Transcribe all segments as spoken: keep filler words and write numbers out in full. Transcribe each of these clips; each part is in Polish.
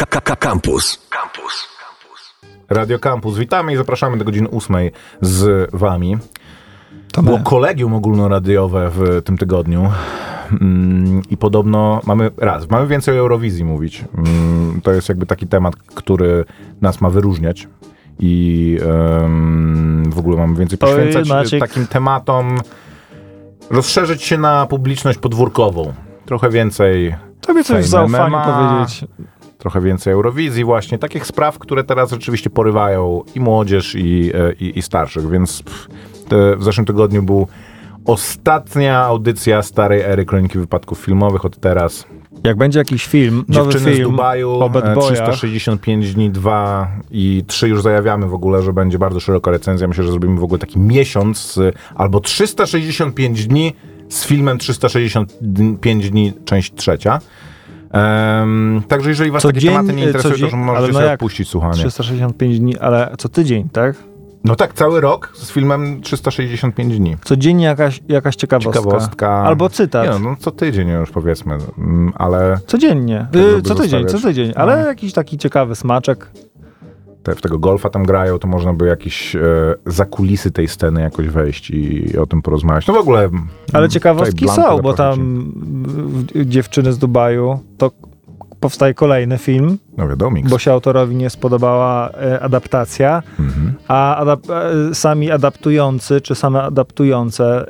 Campus. Campus. Radio Campus. Witamy i zapraszamy do godziny ósmej z wami. To Było my. kolegium ogólnoradiowe w tym tygodniu. Mm, I podobno mamy raz, mamy więcej o Eurowizji mówić. Mm, to jest jakby taki temat, który nas ma wyróżniać. I um, w ogóle mamy więcej poświęcać Oj, Maciek. takim tematom. Rozszerzyć się na publiczność podwórkową. Trochę więcej. Tobie coś w Fame zaufaniu M M A. powiedzieć. Trochę więcej Eurowizji właśnie, takich spraw, które teraz rzeczywiście porywają i młodzież, i, i, i starszych, więc pff, te, w zeszłym tygodniu był ostatnia audycja starej ery Kroniki Wypadków Filmowych, od teraz Jak będzie jakiś film, nowy Dziewczyny film z Dubaju, o Bad e, Boyach, trzysta sześćdziesiąt pięć dni, dwa i trzy już zajawiamy w ogóle, że będzie bardzo szeroka recenzja. Myślę, że zrobimy w ogóle taki miesiąc y, albo trzysta sześćdziesiąt pięć dni z filmem trzysta sześćdziesiąt pięć dni, część trzecia. Um, także jeżeli was Co takie dzień- tematy nie interesują, co dzień- to ale możecie no sobie jak? odpuścić słuchanie. trzysta sześćdziesiąt pięć dni, ale co tydzień, tak? No tak, cały rok z filmem trzysta sześćdziesiąt pięć dni. Codziennie jakaś, jakaś ciekawostka. Ciekawostka. Albo cytat. Nie, no, no co tydzień już powiedzmy, mm, ale Codziennie. Tak, Y, żeby co tydzień, co zostawiać. tydzień. Ale No. jakiś taki ciekawy smaczek. te, w tego golfa tam grają, to można by jakieś e, zakulisy tej sceny jakoś wejść i, i o tym porozmawiać. No w ogóle... Ale ciekawostki tutaj są, Blanka bo tam y, Dziewczyny z Dubaju, to powstaje kolejny film, No wiadomo, bo się autorowi nie spodobała e, adaptacja, mhm. a adap- e, sami adaptujący, czy same adaptujące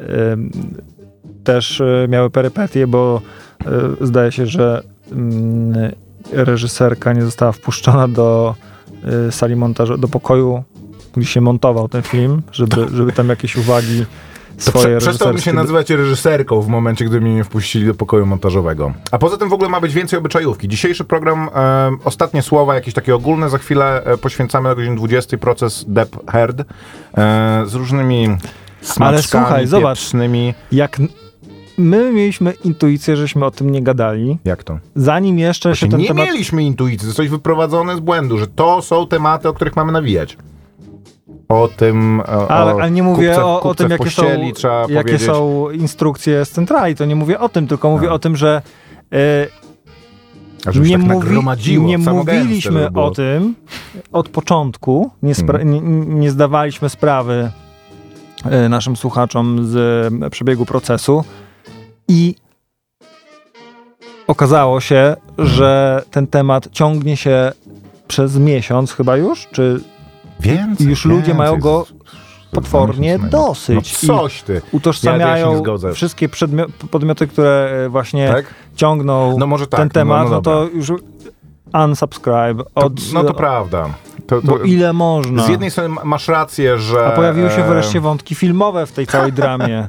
e, też e, miały perypetie, bo e, zdaje się, że mm, reżyserka nie została wpuszczona do e, sali montażu, do pokoju, gdzie się montował ten film, żeby, żeby tam jakieś uwagi To swoje prze, przestał mi się reżyserskie- nazywać reżyserką w momencie, gdy mnie nie wpuścili do pokoju montażowego. A poza tym w ogóle ma być więcej obyczajówki. Dzisiejszy program, e, ostatnie słowa, jakieś takie ogólne, za chwilę e, poświęcamy na godzinę dwudziestej proces Depp Heard e, z różnymi smaczkami, Ale słuchaj, zobacz. pieprznymi. Jak n- my mieliśmy intuicję, żeśmy o tym nie gadali, Jak to? zanim jeszcze Właśnie się ten nie temat... mieliśmy intuicji, zostałeś wyprowadzony z błędu, że to są tematy, o których mamy nawijać. O tym, o, Ale, ale nie mówię kupce, o, o kupce tym, w jakie, pościeli, są, trzeba jakie powiedzieć. są instrukcje z centrali. To nie mówię o tym, tylko mówię No. o tym, że e, A żeby się nie, tak mówi, nagromadziło, nie samo gęste, mówiliśmy żeby było. o tym od początku. Nie, spra- Mhm. nie, nie zdawaliśmy sprawy e, naszym słuchaczom z e, przebiegu procesu i okazało się, że ten temat ciągnie się przez miesiąc chyba już, czy Więcej, już ludzie więcej. mają go Z- z- potwornie no, dosyć. No coś ty. utożsamiają Ja- ja się nie zgodzę. wszystkie przedmio- podmioty, które e, właśnie Tak? ciągną No może tak. ten temat, no, no, no, to dobra. już unsubscribe. To, Od, no to prawda. To, to, Bo ile można? z jednej strony ma- masz rację, że... A pojawiły się e, wreszcie wątki filmowe w tej całej dramie.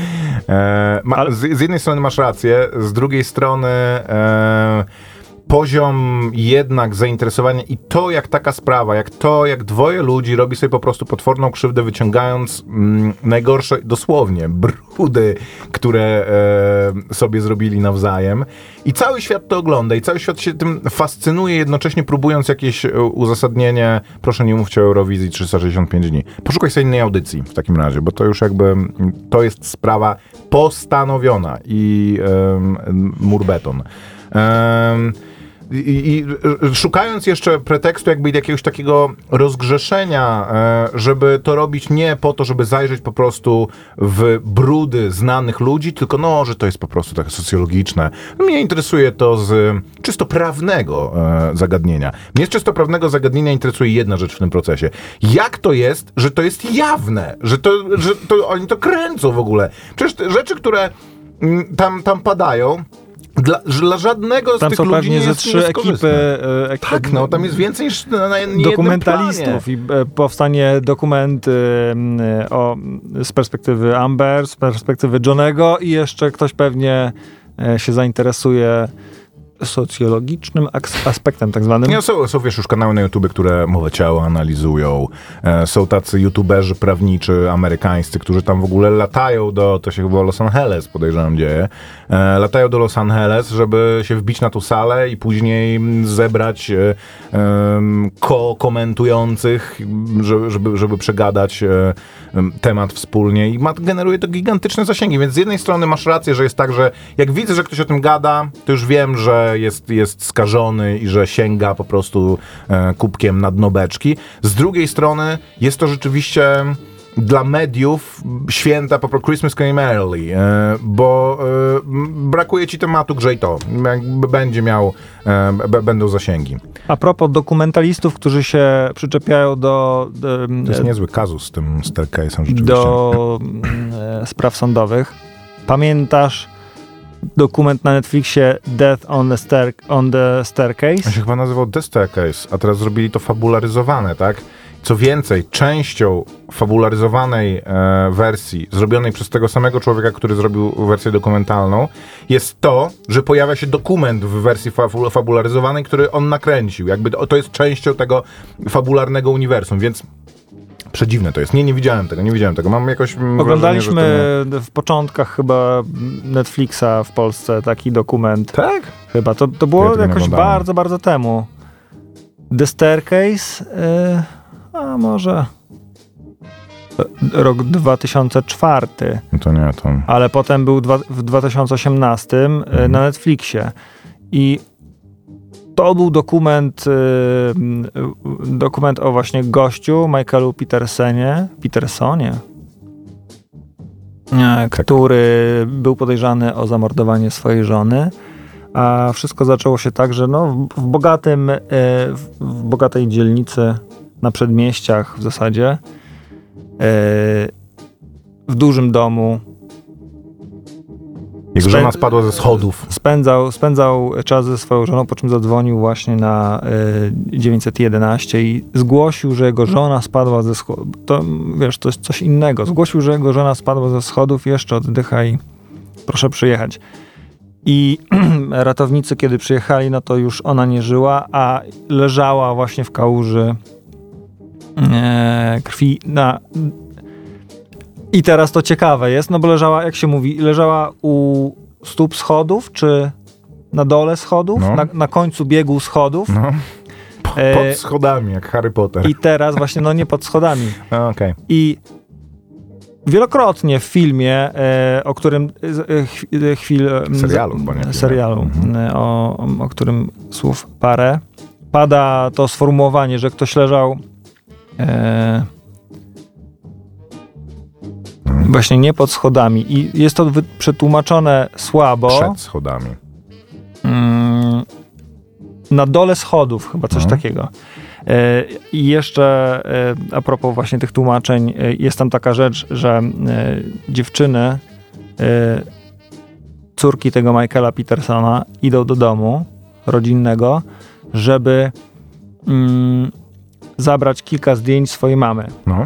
E, ma, Ale- z, z jednej strony masz rację, z drugiej strony e, poziom jednak zainteresowania i to, jak taka sprawa, jak to, jak dwoje ludzi robi sobie po prostu potworną krzywdę, wyciągając mm, najgorsze, dosłownie, brudy, które e, sobie zrobili nawzajem. I cały świat to ogląda i cały świat się tym fascynuje, jednocześnie próbując jakieś e, uzasadnienie. Proszę nie mówcie o Eurowizji trzysta sześćdziesiąt pięć dni. Poszukaj sobie innej audycji w takim razie, bo to już jakby, mm, to jest sprawa postanowiona i em, mur beton. Em, I, i szukając jeszcze pretekstu jakby jakiegoś takiego rozgrzeszenia, e, żeby to robić nie po to, żeby zajrzeć po prostu w brudy znanych ludzi, tylko no, że to jest po prostu takie socjologiczne. Mnie interesuje to z czysto prawnego e, zagadnienia. Mnie z czysto prawnego zagadnienia interesuje jedna rzecz w tym procesie. Jak to jest, że to jest jawne? Że to, że to oni to kręcą w ogóle? Przecież te rzeczy, które mm, tam, tam padają, Dla, dla żadnego z Tam tych są ludzi pewnie nie ze jest trzy ekipy e, ek- Tak, no, tam jest więcej niż na, na jednym dokumentalistów planie. i e, powstanie dokument e, o, z perspektywy Amber, z perspektywy Johnego i jeszcze ktoś pewnie e, się zainteresuje socjologicznym aks- aspektem tak zwanym. Nie, są, są, wiesz, już kanały na YouTube, które mowę ciała analizują. E, są tacy youtuberzy prawniczy amerykańscy, którzy tam w ogóle latają do, to się chyba Los Angeles, podejrzewam, dzieje, e, latają do Los Angeles, żeby się wbić na tą salę i później zebrać e, e, ko-komentujących, żeby, żeby, żeby przegadać e, temat wspólnie i ma, generuje to gigantyczne zasięgi, więc z jednej strony masz rację, że jest tak, że jak widzę, że ktoś o tym gada, to już wiem, że że jest, jest skażony i że sięga po prostu e, kubkiem na dno beczki. Z drugiej strony jest to rzeczywiście dla mediów święta, po prostu Christmas came early, e, bo e, brakuje ci tematu, grzej to. Jakby będzie miał, e, b, będą zasięgi. A propos dokumentalistów, którzy się przyczepiają do... do To jest niezły kazus z tym staircase'em rzeczywiście. Do e, spraw sądowych. Pamiętasz dokument na Netflixie Death on the, stair, on the Staircase? On się chyba nazywał The Staircase, a teraz zrobili to fabularyzowane, tak? Co więcej, częścią fabularyzowanej e, wersji, zrobionej przez tego samego człowieka, który zrobił wersję dokumentalną, jest to, że pojawia się dokument w wersji fa- fabularyzowanej, który on nakręcił. Jakby to, to jest częścią tego fabularnego uniwersum, więc przedziwne to jest. Nie, nie widziałem tego, nie widziałem tego. Mam jakoś Oglądaliśmy wrażenie, że w początkach chyba Netflixa w Polsce taki dokument. to... Tak? Chyba. To, to było Ja tego nie jakoś oglądałem. bardzo, bardzo temu. The Staircase... Y- A może rok dwa tysiące czwarty, No to nie, to... ale potem był dwa, w dwa tysiące osiemnastym Mhm. na Netflixie. I to był dokument, y, dokument o właśnie gościu, Michaelu Petersonie, Petersonie, e, który był podejrzany o zamordowanie swojej żony. A wszystko zaczęło się tak, że no, w bogatym, y, w bogatej dzielnicy na przedmieściach w zasadzie, w dużym domu. Jego Spę- żona spadła ze schodów. Spędzał, spędzał czas ze swoją żoną, po czym zadzwonił właśnie na dziewięćset jedenaście i zgłosił, że jego żona spadła ze schodów. To, wiesz, to jest coś innego. Zgłosił, że jego żona spadła ze schodów, jeszcze oddycha i proszę przyjechać. I ratownicy, kiedy przyjechali, no to już ona nie żyła, a leżała właśnie w kałuży e, krwi na... I teraz to ciekawe jest, no bo leżała, jak się mówi, leżała u stóp schodów, czy na dole schodów, No. na, na końcu biegu schodów. No. Po, E, pod schodami, jak Harry Potter. I teraz właśnie, no nie pod schodami. A, Okej. I wielokrotnie w filmie, e, o którym e, ch, e, chwil... e, Serialu chyba, nie? Serialu, Mhm. e, o, o którym słów parę, pada to sformułowanie, że ktoś leżał e, właśnie nie pod schodami. I jest to wy, przetłumaczone słabo. Przed schodami. Mm, na dole schodów, chyba coś No. takiego. E, I jeszcze e, a propos właśnie tych tłumaczeń, e, jest tam taka rzecz, że e, dziewczyny, e, córki tego Michaela Petersona idą do domu rodzinnego, żeby mm, zabrać kilka zdjęć swojej mamy. No.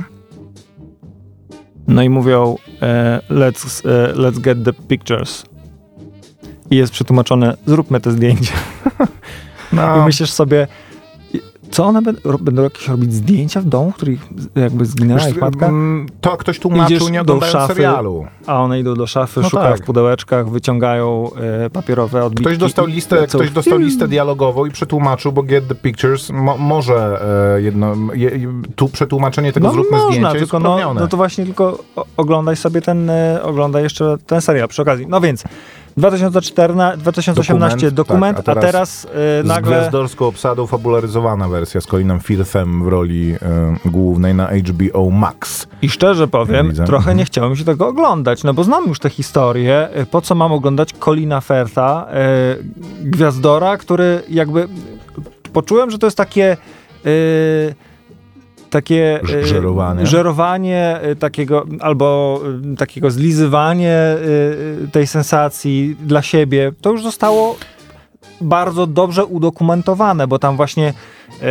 No i mówią e, let's, e, let's get the pictures. I jest przetłumaczone, zróbmy te zdjęcia. No. I myślisz sobie, co one będą, ro- będą jakieś robić zdjęcia w domu, w których jakby zginęła Wiesz, ich matka? mm, to ktoś tłumaczył, Idziesz nie do oglądając szafy, serialu. A one idą do szafy, No szukają tak. w pudełeczkach, wyciągają e, papierowe odbitki. Ktoś dostał i listę, lecą. ktoś dostał listę dialogową i przetłumaczył, bo Get the Pictures mo, może e, jedno, je, tu przetłumaczenie tego No zróbmy można, zdjęcie tylko jest no, uprawnione. no to właśnie tylko o- oglądaj sobie ten, e, oglądaj jeszcze ten serial przy okazji. No więc dwa tysiące czternasty, dwa tysiące osiemnasty dokument, Dokument, tak, a a teraz, teraz e, Z nagle... gwiazdorską obsadą fabularyzowana wersja z Colinem Firthem w roli e, głównej na H B O Max. I szczerze powiem, Widzę. trochę Mhm. nie chciało mi się tego oglądać, no bo znam już tę historię. Po co mam oglądać Colina Firtha, e, gwiazdora, który jakby... Poczułem, że to jest takie... E, takie e, Żerowanie. żerowanie e, takiego, albo e, takiego zlizywanie e, tej sensacji dla siebie. To już zostało bardzo dobrze udokumentowane, bo tam właśnie em,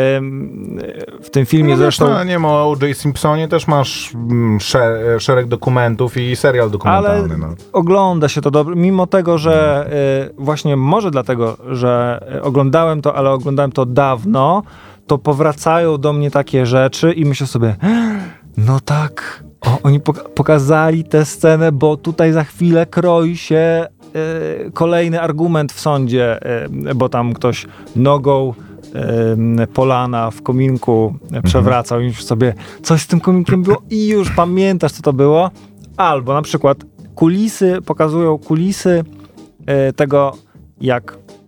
w tym filmie No zresztą... zresztą nie ma o O J. Simpsonie, też masz mm, sze, szereg dokumentów i serial dokumentalny. Ale No. ogląda się to dobrze, mimo tego, że y, właśnie może dlatego, że y, oglądałem to, ale oglądałem to dawno, to powracają do mnie takie rzeczy i myślę sobie, no tak, o, oni poka- pokazali tę scenę, bo tutaj za chwilę kroi się y, kolejny argument w sądzie, y, bo tam ktoś nogą y, Polana w kominku przewracał i już sobie coś z tym kominkiem było i już pamiętasz, co to było. Albo na przykład kulisy, pokazują kulisy e, tego, jak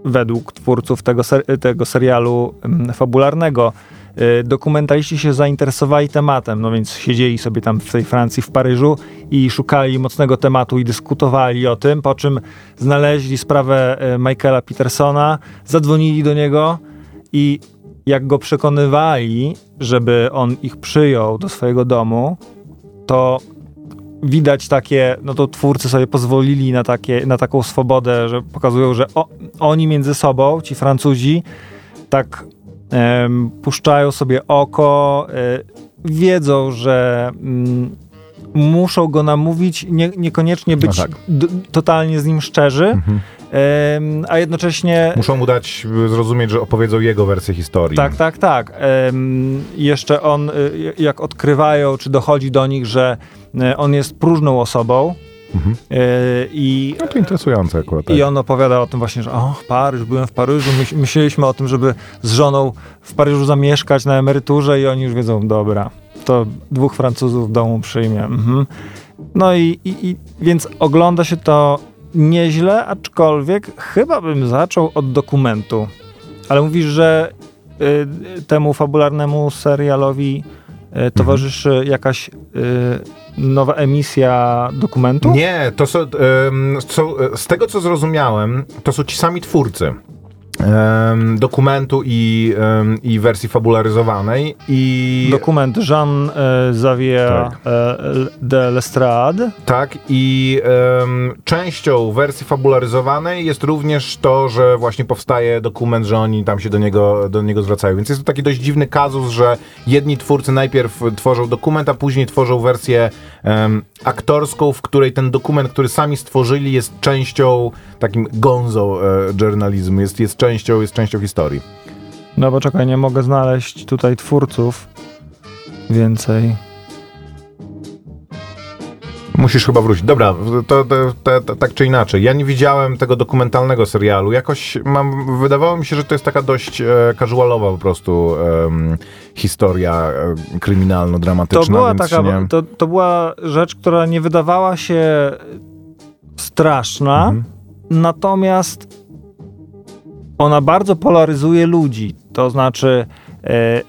według twórców tego, ser- tego serialu mm, fabularnego. Y, dokumentaliści się zainteresowali tematem, no więc siedzieli sobie tam w tej Francji, w Paryżu i szukali mocnego tematu i dyskutowali o tym, po czym znaleźli sprawę y, Michaela Petersona, zadzwonili do niego i jak go przekonywali, żeby on ich przyjął do swojego domu, to widać takie, no to twórcy sobie pozwolili na, takie, na taką swobodę, że pokazują, że o, oni między sobą, ci Francuzi, tak em, puszczają sobie oko, e, wiedzą, że mm, muszą go namówić, nie, niekoniecznie być no tak. d- totalnie z nim szczerzy, Mhm. em, a jednocześnie... Muszą mu dać zrozumieć, że opowiedzą jego wersję historii. Tak, tak, tak. Em, jeszcze on, y, jak odkrywają, czy dochodzi do nich, że y, on jest próżną osobą Mhm. y, i, No to interesujące akurat. Tak. i on opowiada o tym właśnie, że o, Paryż, byłem w Paryżu, myśl, myśleliśmy o tym, żeby z żoną w Paryżu zamieszkać na emeryturze i oni już wiedzą, dobra, to dwóch Francuzów w domu przyjmie. Mhm. No i, i, i więc ogląda się to nieźle, aczkolwiek chyba bym zaczął od dokumentu. Ale mówisz, że y, temu fabularnemu serialowi y, towarzyszy mhm. jakaś y, nowa emisja dokumentu? Nie, to są, ym, są, z tego co zrozumiałem, to są ci sami twórcy ym, dokumentu i, ym, i wersji fabularyzowanej. I Dokument Jean-Xavier tak. de Lestrade. Tak, i ym, częścią wersji fabularyzowanej jest również to, że właśnie powstaje dokument, że oni tam się do niego, do niego zwracają. Więc jest to taki dość dziwny kazus, że jedni twórcy najpierw tworzą dokument, a później tworzą wersję ym, aktorską, w której ten dokument, który sami stworzyli, jest częścią takim gonzo e, journalizmu, jest, jest, częścią, jest częścią historii. No bo czekaj, nie mogę znaleźć tutaj twórców więcej. Musisz chyba wrócić. Dobra, to, to, to, to tak czy inaczej. Ja nie widziałem tego dokumentalnego serialu. Jakoś mam, wydawało mi się, że to jest taka dość e, casualowa po prostu e, historia e, kryminalno-dramatyczna. To była, więc taka, nie... to, to była rzecz, która nie wydawała się straszna, mhm. natomiast ona bardzo polaryzuje ludzi. To znaczy e,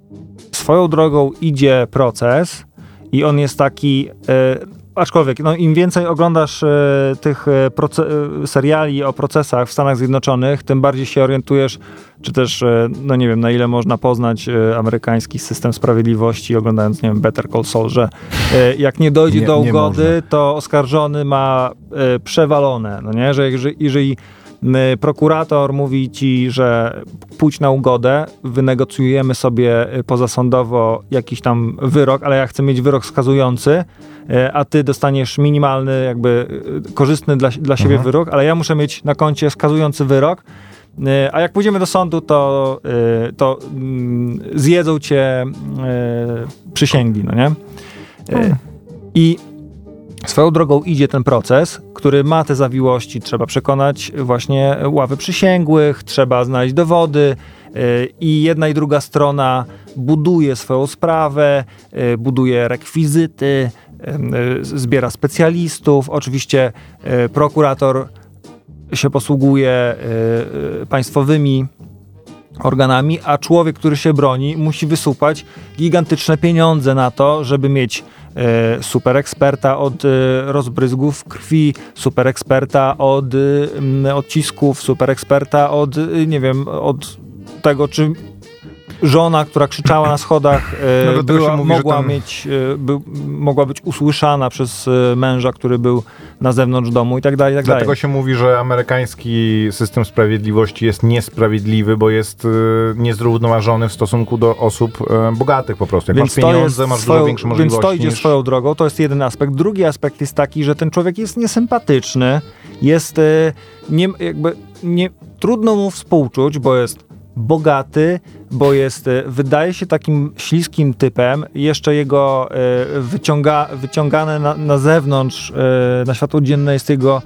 swoją drogą idzie proces i on jest taki... E, Aczkolwiek, no, im więcej oglądasz e, tych e, proce- seriali o procesach w Stanach Zjednoczonych, tym bardziej się orientujesz, czy też, e, no nie wiem, na ile można poznać e, amerykański system sprawiedliwości, oglądając, nie wiem, Better Call Saul, że e, jak nie dojdzie nie, do nie ugody, można. to oskarżony ma e, przewalone, no nie, że jeżeli, jeżeli prokurator mówi ci, że pójdź na ugodę, wynegocjujemy sobie pozasądowo jakiś tam wyrok, ale ja chcę mieć wyrok skazujący, a ty dostaniesz minimalny, jakby korzystny dla, dla siebie mhm. wyrok, ale ja muszę mieć na koncie skazujący wyrok, a jak pójdziemy do sądu, to, to zjedzą cię przysięgli, no nie? Hmm. I swoją drogą idzie ten proces, który ma te zawiłości. Trzeba przekonać właśnie ławy przysięgłych, trzeba znaleźć dowody yy, i jedna i druga strona buduje swoją sprawę, yy, buduje rekwizyty, yy, zbiera specjalistów. Oczywiście yy, prokurator się posługuje yy, państwowymi organami, a człowiek, który się broni, musi wysupać gigantyczne pieniądze na to, żeby mieć e, super eksperta od e, rozbryzgów krwi, super eksperta od e, odcisków, super eksperta od, e, nie wiem, od tego, czy żona, która krzyczała na schodach, e, no była, mówi, mogła tam... mieć, e, by, mogła być usłyszana przez e, męża, który był na zewnątrz domu i tak dalej, i tak Dlatego dalej. się mówi, że amerykański system sprawiedliwości jest niesprawiedliwy, bo jest y, niezrównoważony w stosunku do osób y, bogatych po prostu. Jak Więc masz pieniądze, masz swoją, dużo większe możliwości. Więc to idzie niż... swoją drogą, to jest jeden aspekt. Drugi aspekt jest taki, że ten człowiek jest niesympatyczny, jest y, nie, jakby nie, trudno mu współczuć, bo jest bogaty, bo jest, wydaje się takim śliskim typem, jeszcze jego y, wyciąga, wyciągane na, na zewnątrz, y, na światło dzienne jest jego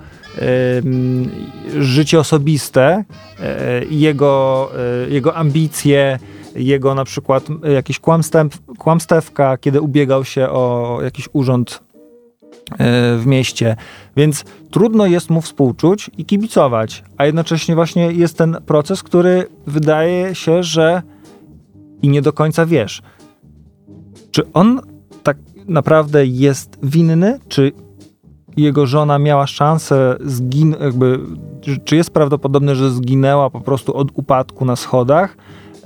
y, życie osobiste, y, jego, y, jego ambicje, jego na przykład jakieś kłamstew, kłamstewka, kiedy ubiegał się o jakiś urząd w mieście, więc trudno jest mu współczuć i kibicować, a jednocześnie właśnie jest ten proces, który wydaje się, że i nie do końca wiesz, czy on tak naprawdę jest winny, czy jego żona miała szansę zgin- jakby, czy jest prawdopodobne, że zginęła po prostu od upadku na schodach yy,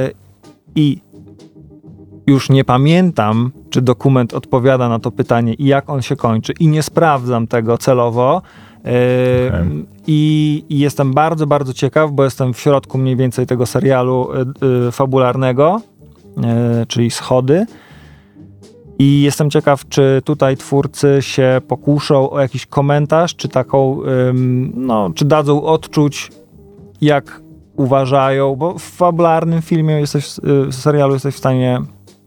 i już nie pamiętam, czy dokument odpowiada na to pytanie i jak on się kończy i nie sprawdzam tego celowo yy, okay. i, i jestem bardzo, bardzo ciekaw, bo jestem w środku mniej więcej tego serialu yy, yy, fabularnego, yy, czyli Schody. I jestem ciekaw, czy tutaj twórcy się pokuszą o jakiś komentarz, czy taką, ym, no, czy dadzą odczuć, jak uważają, bo w fabularnym filmie jesteś, w serialu jesteś w stanie,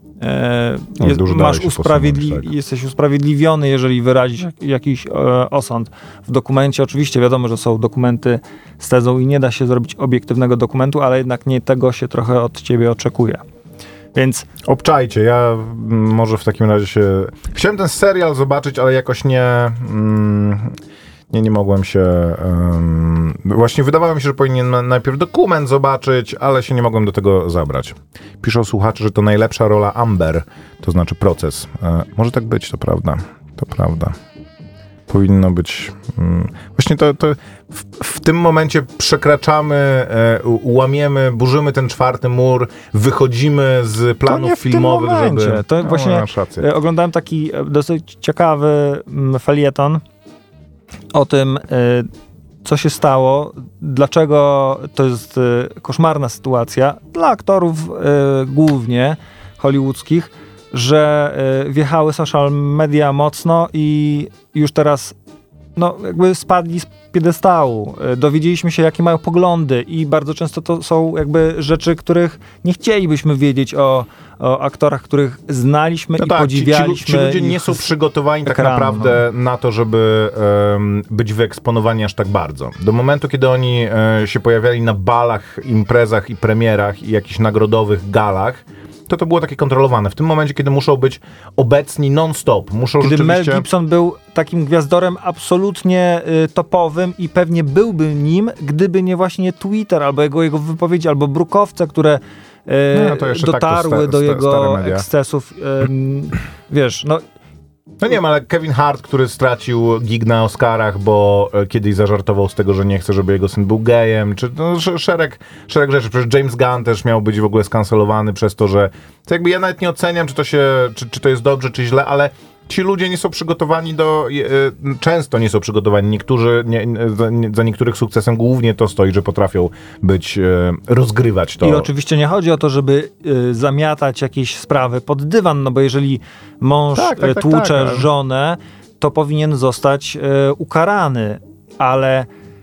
e, no, jest, masz usprawiedli- tak. jesteś usprawiedliwiony, jeżeli wyrazisz jakiś e, osąd. W dokumencie oczywiście wiadomo, że są dokumenty z tezą i nie da się zrobić obiektywnego dokumentu, ale jednak nie tego się trochę od ciebie oczekuje. Więc obczajcie, ja m, może w takim razie się... Chciałem ten serial zobaczyć, ale jakoś nie... Mm, nie, nie mogłem się... Um, właśnie wydawało mi się, że powinien najpierw dokument zobaczyć, ale się nie mogłem do tego zabrać. Piszą słuchacze, że to najlepsza rola Amber, to znaczy proces. E, może tak być, to prawda. To prawda. Powinno być... Mm, właśnie to... to w, w tym momencie przekraczamy, e, łamiemy, burzymy ten czwarty mur, wychodzimy z planów to nie filmowych, w tym momencie. żeby... To no, właśnie e, oglądałem taki e, dosyć ciekawy m, felieton o tym, e, co się stało, dlaczego to jest e, koszmarna sytuacja dla aktorów e, głównie hollywoodzkich, że y, wjechały social media mocno i już teraz no, jakby spadli z piedestału. Y, dowiedzieliśmy się, jakie mają poglądy i bardzo często to są jakby rzeczy, których nie chcielibyśmy wiedzieć o, o aktorach, których znaliśmy no i tak, podziwialiśmy. Ci, ci, ci ludzie nie są przygotowani tak ekranu, naprawdę no. na to, żeby um, być wyeksponowani aż tak bardzo. Do momentu, kiedy oni e, się pojawiali na balach, imprezach i premierach i jakichś nagrodowych galach, to to było takie kontrolowane. W tym momencie, kiedy muszą być obecni non-stop, muszą kiedy rzeczywiście... Mel Gibson był takim gwiazdorem absolutnie y, topowym i pewnie byłby nim, gdyby nie właśnie Twitter, albo jego, jego wypowiedzi, albo brukowce, które y, no, dotarły tak, sta, do jego ekscesów. Y, wiesz, no... No nie wiem, ale Kevin Hart, który stracił gig na Oscarach, bo e, kiedyś zażartował z tego, że nie chce, żeby jego syn był gejem, czy no, szereg, szereg rzeczy. Przecież James Gunn też miał być w ogóle skancelowany przez to, że to jakby ja nawet nie oceniam, czy to się, czy, czy to jest dobrze, czy źle, ale ci ludzie nie są przygotowani do, e, często nie są przygotowani. Niektórzy, nie, za, nie, za niektórych sukcesem głównie to stoi, że potrafią być, e, rozgrywać to. I oczywiście nie chodzi o to, żeby e, zamiatać jakieś sprawy pod dywan, no bo jeżeli mąż tak, tak, tak, tłucze tak, ale... żonę, to powinien zostać e, ukarany, ale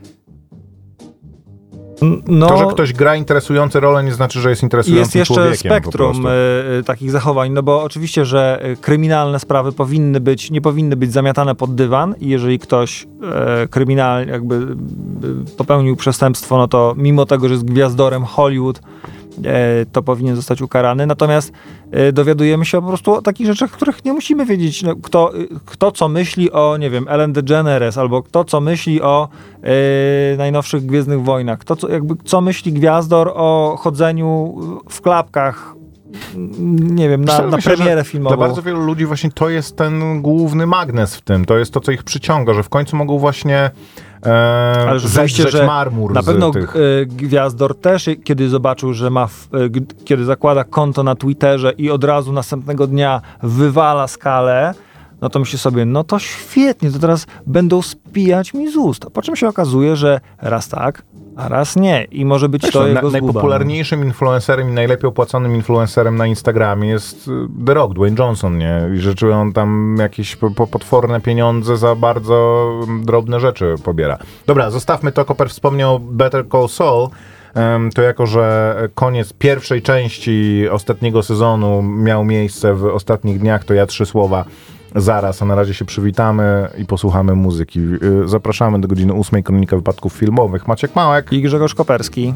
no, to, że ktoś gra interesujące role, nie znaczy, że jest interesującym jest człowiekiem. Jest jeszcze spektrum y, takich zachowań, no bo oczywiście, że kryminalne sprawy powinny być, nie powinny być zamiatane pod dywan i jeżeli ktoś y, kryminalnie jakby y, popełnił przestępstwo, no to mimo tego, że jest gwiazdorem Hollywood, to powinien zostać ukarany. Natomiast dowiadujemy się po prostu o takich rzeczach, których nie musimy wiedzieć. No, kto, kto co myśli o, nie wiem, Ellen DeGeneres, albo kto co myśli o e, najnowszych Gwiezdnych Wojnach. Kto co, jakby, co myśli gwiazdor o chodzeniu w klapkach, nie wiem, na, na myślę, premierę filmową. Dla bardzo wielu ludzi właśnie to jest ten główny magnes w tym. To jest to, co ich przyciąga, że w końcu mogą właśnie e, ale rzeczywiście, że marmur na pewno tych... gwiazdor też, kiedy zobaczył, że ma, w, kiedy zakłada konto na Twitterze i od razu następnego dnia wywala skalę, no to myśli sobie, no to świetnie, to teraz będą spijać mi z ust. Po czym się okazuje, że raz tak, a raz nie. I może być Zresztą, to jego zguba. Najpopularniejszym influencerem i najlepiej opłaconym influencerem na Instagramie jest The Rock, Dwayne Johnson, nie? I rzeczy on tam jakieś po, potworne pieniądze za bardzo drobne rzeczy pobiera. Dobra, zostawmy to. Koper wspomniał Better Call Saul. To jako, że koniec pierwszej części ostatniego sezonu miał miejsce w ostatnich dniach, to ja trzy słowa zaraz, a na razie się przywitamy i posłuchamy muzyki. Zapraszamy do godziny ósmej, Kronika Wypadków Filmowych. Maciek Małek i Grzegorz Koperski.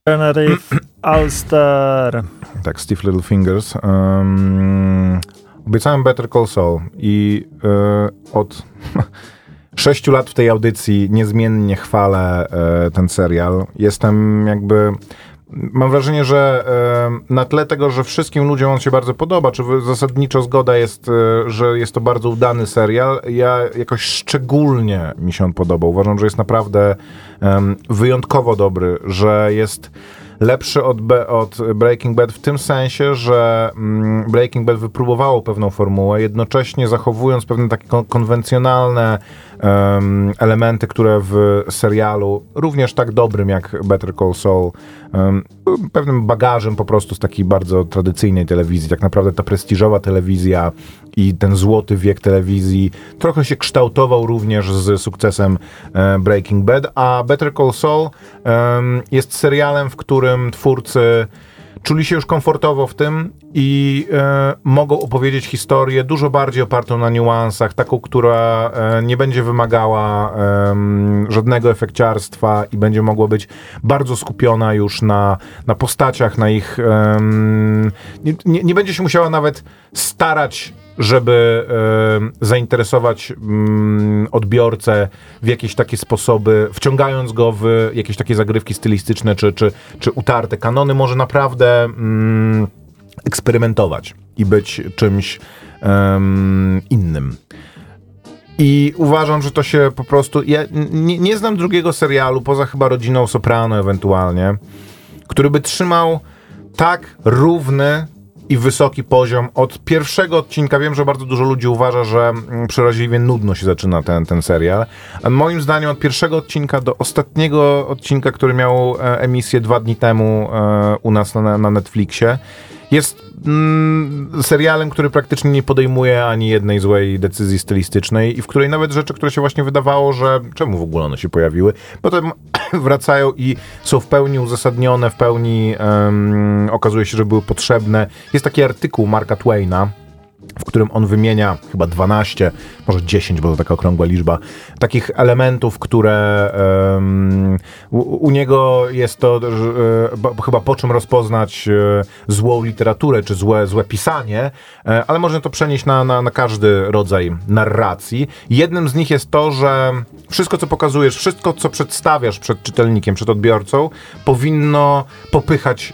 Meredith Alster. Tak, Steve Littlefingers. Um, obiecałem Better Call Saul i y, od sześciu lat w tej audycji niezmiennie chwalę y, ten serial. Jestem jakby... Mam wrażenie, że y, na tle tego, że wszystkim ludziom on się bardzo podoba, czy zasadniczo zgoda jest, y, że jest to bardzo udany serial, ja jakoś szczególnie mi się on podobał. Uważam, że jest naprawdę y, wyjątkowo dobry, że jest lepszy od, Be- od Breaking Bad w tym sensie, że mm, Breaking Bad wypróbowało pewną formułę, jednocześnie zachowując pewne takie kon- konwencjonalne um, elementy, które w serialu, również tak dobrym jak Better Call Saul, um, pewnym bagażem po prostu z takiej bardzo tradycyjnej telewizji. Tak naprawdę ta prestiżowa telewizja i ten złoty wiek telewizji trochę się kształtował również z sukcesem e, Breaking Bad, a Better Call Saul e, jest serialem, w którym twórcy czuli się już komfortowo w tym i e, mogą opowiedzieć historię dużo bardziej opartą na niuansach, taką, która e, nie będzie wymagała e, żadnego efekciarstwa i będzie mogła być bardzo skupiona już na, na postaciach, na ich... E, nie, nie, nie będzie się musiała nawet starać, żeby e, zainteresować mm, odbiorcę w jakieś takie sposoby, wciągając go w jakieś takie zagrywki stylistyczne czy, czy, czy utarte kanony, może naprawdę mm, eksperymentować i być czymś um, innym. I uważam, że to się po prostu... Ja nie, nie znam drugiego serialu, poza chyba Rodziną Soprano ewentualnie, który by trzymał tak równy i wysoki poziom od pierwszego odcinka. Wiem, że bardzo dużo ludzi uważa, że przeraźliwie nudno się zaczyna ten, ten serial. A moim zdaniem od pierwszego odcinka do ostatniego odcinka, który miał e, emisję dwa dni temu e, u nas na, na Netflixie, jest mm, serialem, który praktycznie nie podejmuje ani jednej złej decyzji stylistycznej i w której nawet rzeczy, które się właśnie wydawało, że czemu w ogóle one się pojawiły, potem wracają i są w pełni uzasadnione, w pełni um, okazuje się, że były potrzebne. Jest taki artykuł Marka Twaina, w którym on wymienia chyba dwanaście, może dziesięć, bo to taka okrągła liczba, takich elementów, które um, u, u niego jest to e, bo, chyba po czym rozpoznać e, złą literaturę, czy złe, złe pisanie, e, ale można to przenieść na, na, na każdy rodzaj narracji. Jednym z nich jest to, że wszystko, co pokazujesz, wszystko, co przedstawiasz przed czytelnikiem, przed odbiorcą, powinno popychać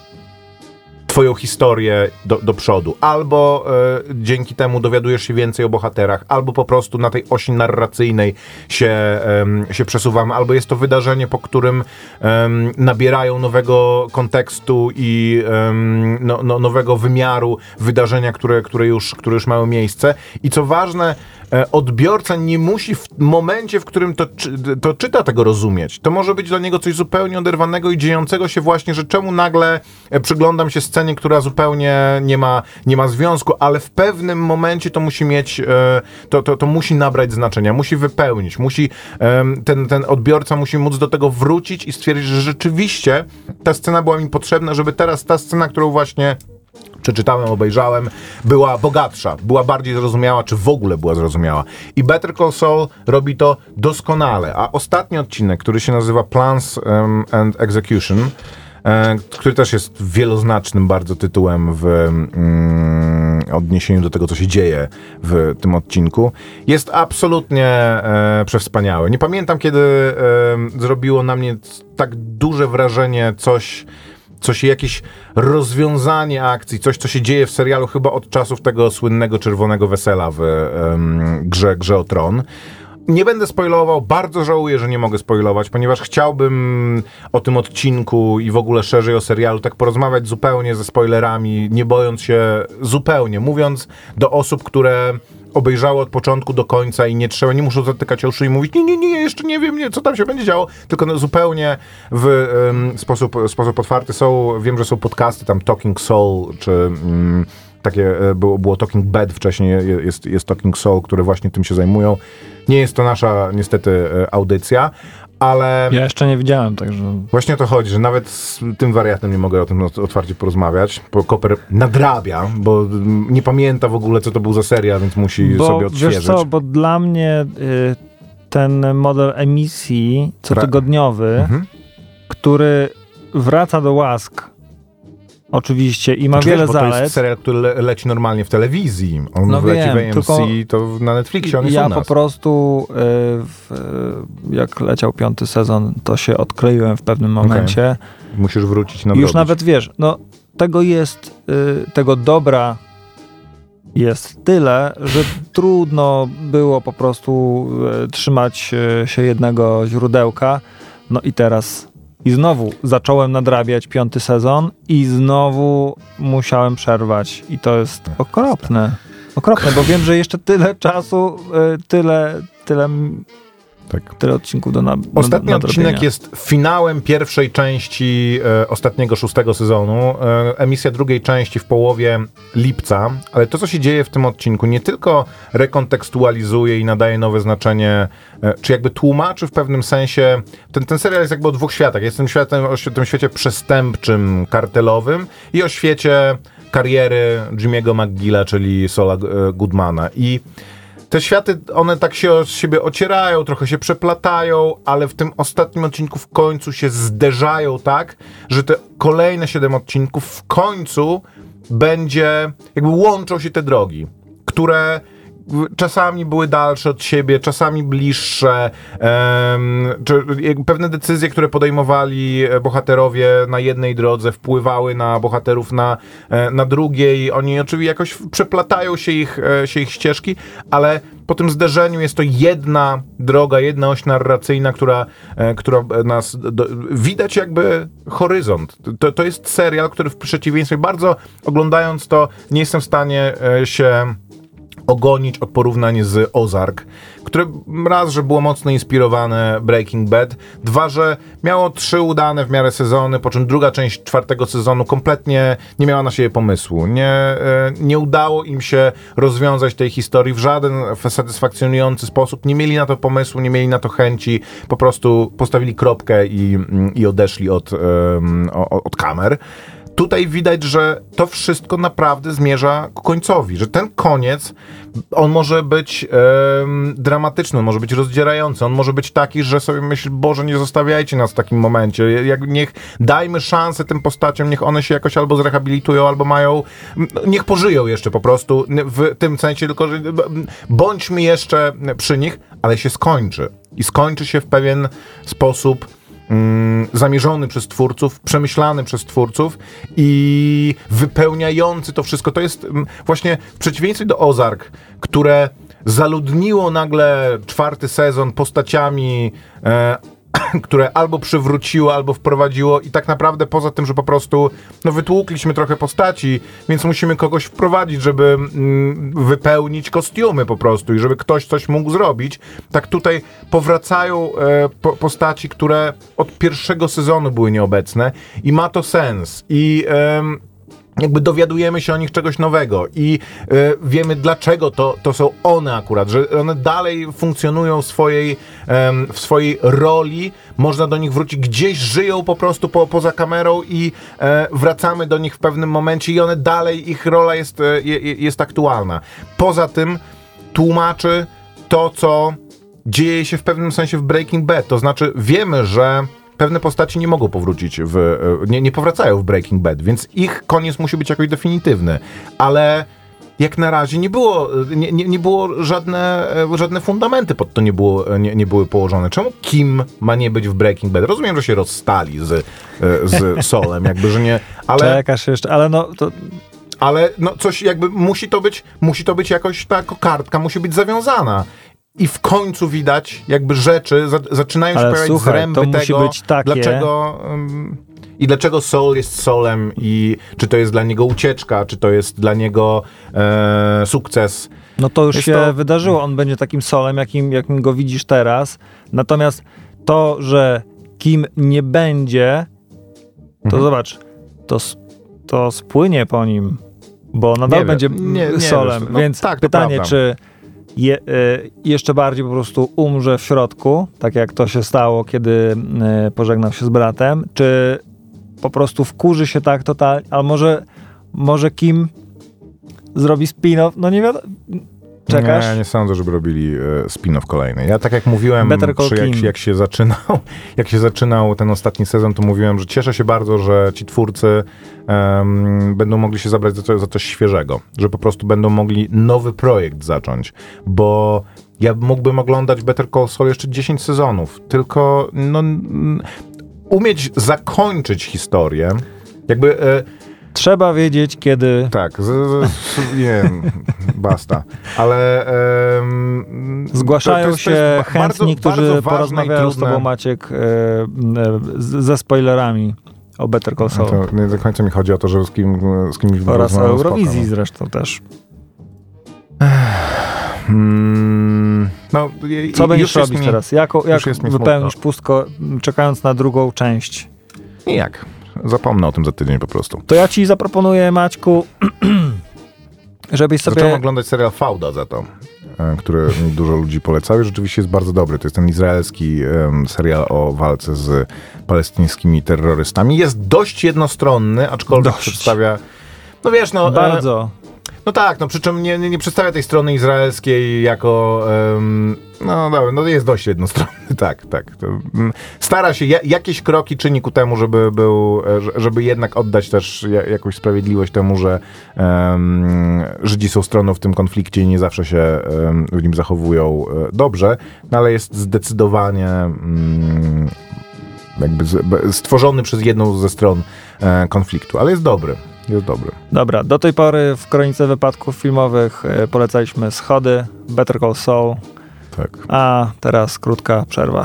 twoją historię do, do przodu. Albo e, dzięki temu dowiadujesz się więcej o bohaterach, albo po prostu na tej osi narracyjnej się, e, się przesuwamy, albo jest to wydarzenie, po którym e, nabierają nowego kontekstu i e, no, no, nowego wymiaru wydarzenia, które, które, już, które już mają miejsce. I co ważne, odbiorca nie musi w momencie, w którym to, to czyta, tego rozumieć. To może być dla niego coś zupełnie oderwanego i dziejącego się właśnie, że czemu nagle przyglądam się scenie, która zupełnie nie ma, nie ma związku, ale w pewnym momencie to musi mieć, to, to, to musi nabrać znaczenia, musi wypełnić, musi, ten, ten odbiorca musi móc do tego wrócić i stwierdzić, że rzeczywiście ta scena była mi potrzebna, żeby teraz ta scena, którą właśnie przeczytałem, obejrzałem, była bogatsza, była bardziej zrozumiała, czy w ogóle była zrozumiała. I Better Call Saul robi to doskonale. A ostatni odcinek, który się nazywa Plans um, and Execution, e, który też jest wieloznacznym bardzo tytułem w mm, odniesieniu do tego, co się dzieje w tym odcinku, jest absolutnie e, przewspaniały. Nie pamiętam, kiedy e, zrobiło na mnie tak duże wrażenie coś, coś, jakieś rozwiązanie akcji, coś, co się dzieje w serialu chyba od czasów tego słynnego Czerwonego Wesela w um, grze, grze o Tron. Nie będę spoilował, bardzo żałuję, że nie mogę spoilować, ponieważ chciałbym o tym odcinku i w ogóle szerzej o serialu tak porozmawiać zupełnie ze spoilerami, nie bojąc się zupełnie, mówiąc do osób, które obejrzały od początku do końca i nie trzeba, nie muszą zatykać oczu i mówić nie, nie, nie, jeszcze nie wiem, nie, co tam się będzie działo, tylko no, zupełnie w um, sposób, sposób otwarty. Są, wiem, że są podcasty, tam Talking Soul, czy um, takie było, było Talking Bad wcześniej, jest, jest Talking Soul, które właśnie tym się zajmują. Nie jest to nasza niestety audycja, ale... Ja jeszcze nie widziałem, także... Właśnie o to chodzi, że nawet z tym wariatem nie mogę o tym otwarcie porozmawiać, bo Koper nadrabia, bo nie pamięta w ogóle, co to był za serial, więc musi bo, sobie odświeżyć. Wiesz co, bo dla mnie y, ten model emisji cotygodniowy, mhm. który wraca do łask oczywiście i ma Znaczy, wiele wiesz, bo zalet. to jest serial, który le- leci normalnie w telewizji. On No leci wiem, w A M C, tylko to na Netflixie on jest ja u nas. po prostu y, w, y, jak leciał piąty sezon, to się odkleiłem w pewnym momencie. Musisz wrócić na I już nawet wiesz, no tego jest, y, tego dobra jest tyle, że trudno było po prostu y, trzymać y, się jednego źródełka. No i teraz i znowu zacząłem nadrabiać piąty sezon i znowu musiałem przerwać. I to jest okropne. Okropne, bo wiem, że jeszcze tyle czasu, y, tyle, tyle, Tak. tyle odcinków do na, Ostatni do odcinek jest finałem pierwszej części e, ostatniego, szóstego sezonu. E, emisja drugiej części w połowie lipca. Ale to, co się dzieje w tym odcinku, nie tylko rekontekstualizuje i nadaje nowe znaczenie, e, czy jakby tłumaczy w pewnym sensie... Ten, ten serial jest jakby o dwóch światach. Jest tym światem, o tym świecie przestępczym, kartelowym i o świecie kariery Jimmy'ego McGilla, czyli Saula e, Goodmana. I te światy, one tak się od siebie ocierają, trochę się przeplatają, ale w tym ostatnim odcinku w końcu się zderzają tak, że te kolejne siedem odcinków w końcu będzie, jakby łączą się te drogi, które czasami były dalsze od siebie, czasami bliższe, em, czy pewne decyzje, które podejmowali bohaterowie na jednej drodze, wpływały na bohaterów na, na drugiej. Oni oczywiście jakoś przeplatają się ich, się ich ścieżki, ale po tym zderzeniu jest to jedna droga, jedna oś narracyjna, która, która nas... Do, widać jakby horyzont. To, to jest serial, który w przeciwieństwie, bardzo oglądając to, nie jestem w stanie się ogonić od porównania z Ozark, które raz, że było mocno inspirowane Breaking Bad, dwa, że miało trzy udane w miarę sezony, po czym druga część czwartego sezonu kompletnie nie miała na siebie pomysłu. Nie, nie udało im się rozwiązać tej historii w żaden satysfakcjonujący sposób. Nie mieli na to pomysłu, nie mieli na to chęci, po prostu postawili kropkę i, i odeszli od, um, od kamer. Tutaj widać, że to wszystko naprawdę zmierza ku końcowi, że ten koniec, on może być um, dramatyczny, on może być rozdzierający, on może być taki, że sobie myślisz, Boże, nie zostawiajcie nas w takim momencie, jak, niech dajmy szansę tym postaciom, niech one się jakoś albo zrehabilitują, albo mają, niech pożyją jeszcze po prostu w tym sensie, tylko że bądźmy jeszcze przy nich, ale się skończy i skończy się w pewien sposób Mm, zamierzony przez twórców, przemyślany przez twórców i wypełniający to wszystko. To jest mm, właśnie w przeciwieństwie do Ozark, które zaludniło nagle czwarty sezon postaciami, e, które albo przywróciło, albo wprowadziło i tak naprawdę poza tym, że po prostu no, wytłukliśmy trochę postaci, więc musimy kogoś wprowadzić, żeby mm, wypełnić kostiumy po prostu i żeby ktoś coś mógł zrobić. Tak tutaj powracają e, po, postaci, które od pierwszego sezonu były nieobecne i ma to sens. I e, jakby dowiadujemy się o nich czegoś nowego i y, wiemy, dlaczego to, to są one akurat, że one dalej funkcjonują w swojej, em, w swojej roli, można do nich wrócić, gdzieś żyją po prostu po, poza kamerą i e, wracamy do nich w pewnym momencie i one dalej, ich rola jest, e, jest aktualna. Poza tym tłumaczy to, co dzieje się w pewnym sensie w Breaking Bad, to znaczy wiemy, że pewne postaci nie mogą powrócić, w, nie, nie powracają w Breaking Bad, więc ich koniec musi być jakoś definitywny. Ale jak na razie nie było, nie, nie, nie było żadne, żadne fundamenty pod to nie, było, nie, nie były położone. Czemu Kim ma nie być w Breaking Bad? Rozumiem, że się rozstali z, z Saulem, jakby, że nie, ale... Czekasz jeszcze, ale no to... Ale no coś jakby musi to być, musi to być jakoś ta kokardka, musi być zawiązana. I w końcu widać jakby rzeczy, za, zaczynają się Ale pojawiać słuchaj, zręby to tego, musi być takie... dlaczego um, i dlaczego Saul jest Saulem i czy to jest dla niego ucieczka, czy to jest dla niego e, sukces. No to już jest się to... wydarzyło. On będzie takim Saulem, jakim, jakim go widzisz teraz. Natomiast to, że Kim nie będzie, to mhm. zobacz, to, to spłynie po nim, bo nadal nie będzie nie, nie Saulem. no, Więc tak, pytanie, prawda. czy Je, y, jeszcze bardziej po prostu umrze w środku, tak jak to się stało, kiedy y, pożegnał się z bratem, czy po prostu wkurzy się tak totalnie, ale może, może Kim zrobi spin-off, no nie wiadomo, Czekasz? Nie, nie sądzę, żeby robili e, spin-off kolejny. Ja tak jak mówiłem, Better Call przy, jak, King. jak się zaczynał, jak się zaczynał ten ostatni sezon, to mówiłem, że cieszę się bardzo, że ci twórcy um, będą mogli się zabrać za, to, za coś świeżego, że po prostu będą mogli nowy projekt zacząć, bo ja mógłbym oglądać Better Call Saul jeszcze dziesięć sezonów, tylko no, n- umieć zakończyć historię, jakby... E, Trzeba wiedzieć, kiedy... Tak, z, z, nie, basta. Ale um, Zgłaszają to, to jest, się to jest chętni, bardzo, którzy bardzo porozmawiają z tobą, Maciek, e, e, z, ze spoilerami o Better Call Saul. To nie do końca mi chodzi o to, że z, kim, z kimś Oraz o rozmawiam, Eurowizji spoko, zresztą też. Hmm, no, Co będziesz robić mi, teraz? Jako, jak wypełnisz smutno. pustko, czekając na drugą część? Nijak. Zapomnę o tym za tydzień po prostu. To ja ci zaproponuję, Maćku, żebyś sobie... Zacząłem oglądać serial Fauda za to, który mi dużo ludzi polecało i rzeczywiście jest bardzo dobry. To jest ten izraelski um, serial o walce z palestyńskimi terrorystami. Jest dość jednostronny, aczkolwiek Dość. przedstawia... No wiesz, no... Bardzo. E, no tak, no przy czym nie, nie, nie przedstawia tej strony izraelskiej jako... Um, no dobra, no jest dość jednostronny, tak, tak. To, um, stara się, ja, jakieś kroki czyni ku temu, żeby był, żeby jednak oddać też ja, jakąś sprawiedliwość temu, że um, Żydzi są stroną w tym konflikcie i nie zawsze się um, w nim zachowują um, dobrze, no ale jest zdecydowanie um, jakby z, stworzony przez jedną ze stron um, konfliktu, ale jest dobry. Jest dobry. Dobra, do tej pory w Kronice Wypadków Filmowych e, polecaliśmy Schody, Better Call Saul, Tak. a teraz krótka przerwa.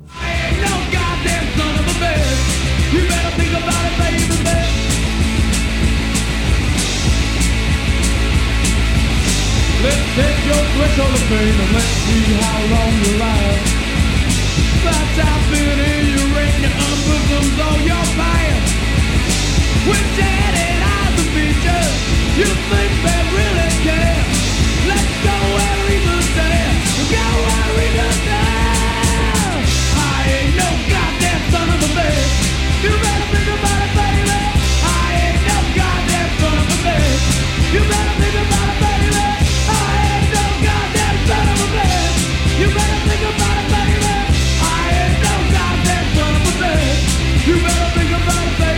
You think they really care? Let's go where we must stand. Go where we must stand. I ain't no goddamn son of a bitch. You better think about it, baby. I ain't no goddamn son of a bitch. You better think about it, baby. I ain't no goddamn son of a bitch. You better think about it, baby. I ain't no goddamn son of a bitch. You better think about it, baby.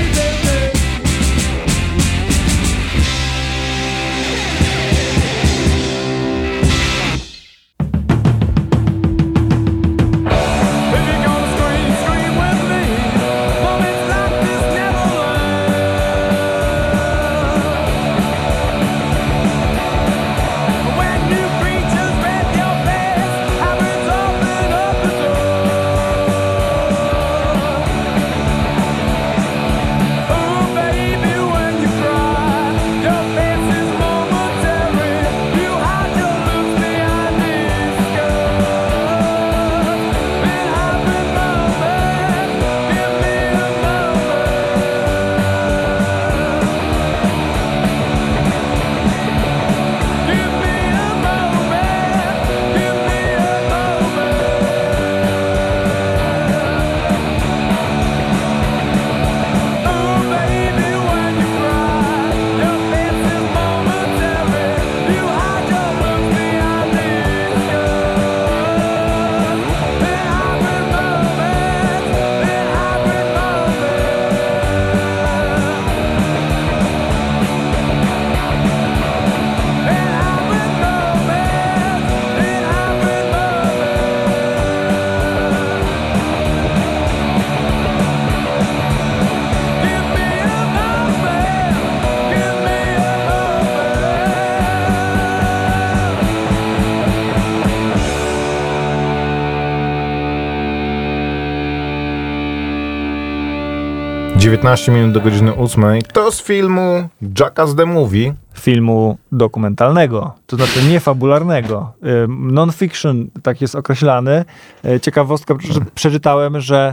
dziewiętnaście minut do godziny ósmej. To z filmu Jackass the Movie. Filmu dokumentalnego, to znaczy niefabularnego. Non-fiction, tak jest określany. Ciekawostka, przeczytałem, że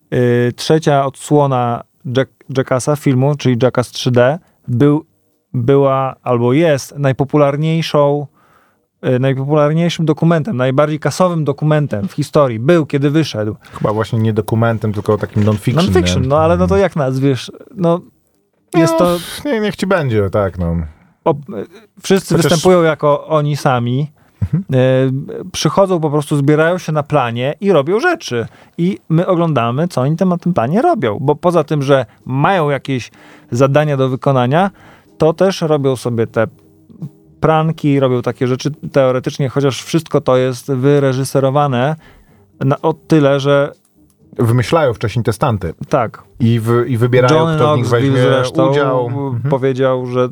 trzecia odsłona Jack, Jackassa filmu, czyli Jackass trzy D, był, była albo jest najpopularniejszą najpopularniejszym dokumentem, najbardziej kasowym dokumentem w historii. Był, kiedy wyszedł. Chyba właśnie nie dokumentem, tylko takim non-fiction. Non-fiction, no ale no to jak nazwiesz? No, jest no, to... Nie, niech ci będzie, tak, no. O, wszyscy Chociaż... występują jako oni sami. Mhm. E, przychodzą, po prostu zbierają się na planie i robią rzeczy. I my oglądamy, co oni tam na tym planie robią. Bo poza tym, że mają jakieś zadania do wykonania, to też robią sobie te pranki, robią takie rzeczy teoretycznie, chociaż wszystko to jest wyreżyserowane na, o tyle, że Wymyślają wcześniej te stanty tak. i, w, i wybierają, John kto w nich Knoxville weźmie zresztą udział. mhm. powiedział, że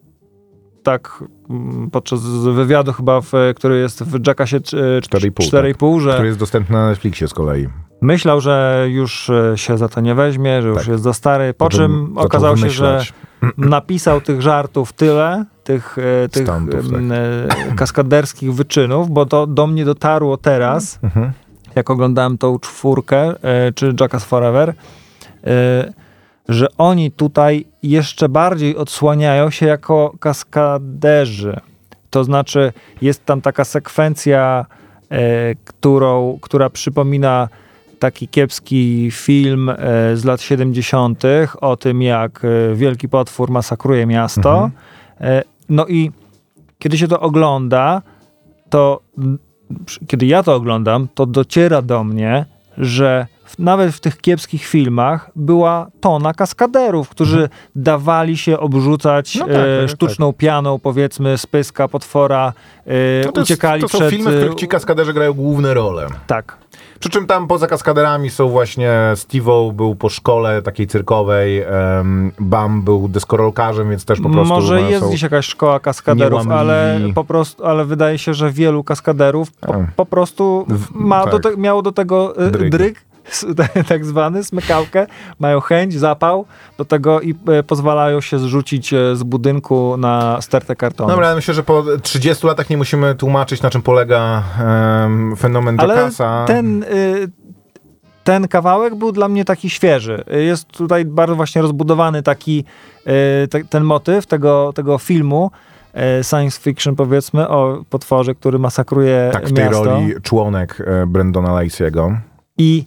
tak mm, podczas wywiadu chyba, w, który jest w Jackassie cztery i pół, tak, że który jest dostępny na Netflixie z kolei. myślał, że już się za to nie weźmie, że już Tak. jest za stary, po Potem czym zaczął okazało się, że wymyślać. napisał tych żartów tyle, tych, e, tych Stuntów, tak. em, e, kaskaderskich wyczynów, bo to do mnie dotarło teraz, Mhm. jak oglądałem tą czwórkę, e, czy Jackass Forever, e, że oni tutaj jeszcze bardziej odsłaniają się jako kaskaderzy. To znaczy, jest tam taka sekwencja, e, którą, która przypomina taki kiepski film e, z lat siedemdziesiątych o tym, jak e, wielki potwór masakruje miasto. Mhm. E, no i kiedy się to ogląda, to m, przy- kiedy ja to oglądam, to dociera do mnie, że w, nawet w tych kiepskich filmach była tona kaskaderów, którzy dawali się obrzucać No tak, e, tak, sztuczną pianą, powiedzmy, z pyska, potwora, e, No to, jest, uciekali to są przed... filmy, w e, których ci kaskaderzy grają główne role. Tak. Przy czym tam poza kaskaderami są właśnie Steve-O był po szkole takiej cyrkowej, um, Bam był deskorolkarzem, więc też po prostu Może no, jest są gdzieś jakaś szkoła kaskaderów, niewłamliwi. ale po prostu, ale wydaje się, że wielu kaskaderów po, A. po prostu W- ma do tak. te, miało do tego e, Dryg. dryg, s- tak zwany, smykałkę, mają chęć, zapał do tego i e, pozwalają się zrzucić e, z budynku na stertę kartonu. Dobra, ale myślę, że po trzydziestu latach nie musimy tłumaczyć, na czym polega um, fenomen Ale Jackassa. ten, y, ten kawałek był dla mnie taki świeży. Jest tutaj bardzo właśnie rozbudowany taki y, te, ten motyw tego, tego filmu y, science fiction, powiedzmy, o potworze, który masakruje Tak, w tej miasto. roli członek e, Brendona Lacey'ego. I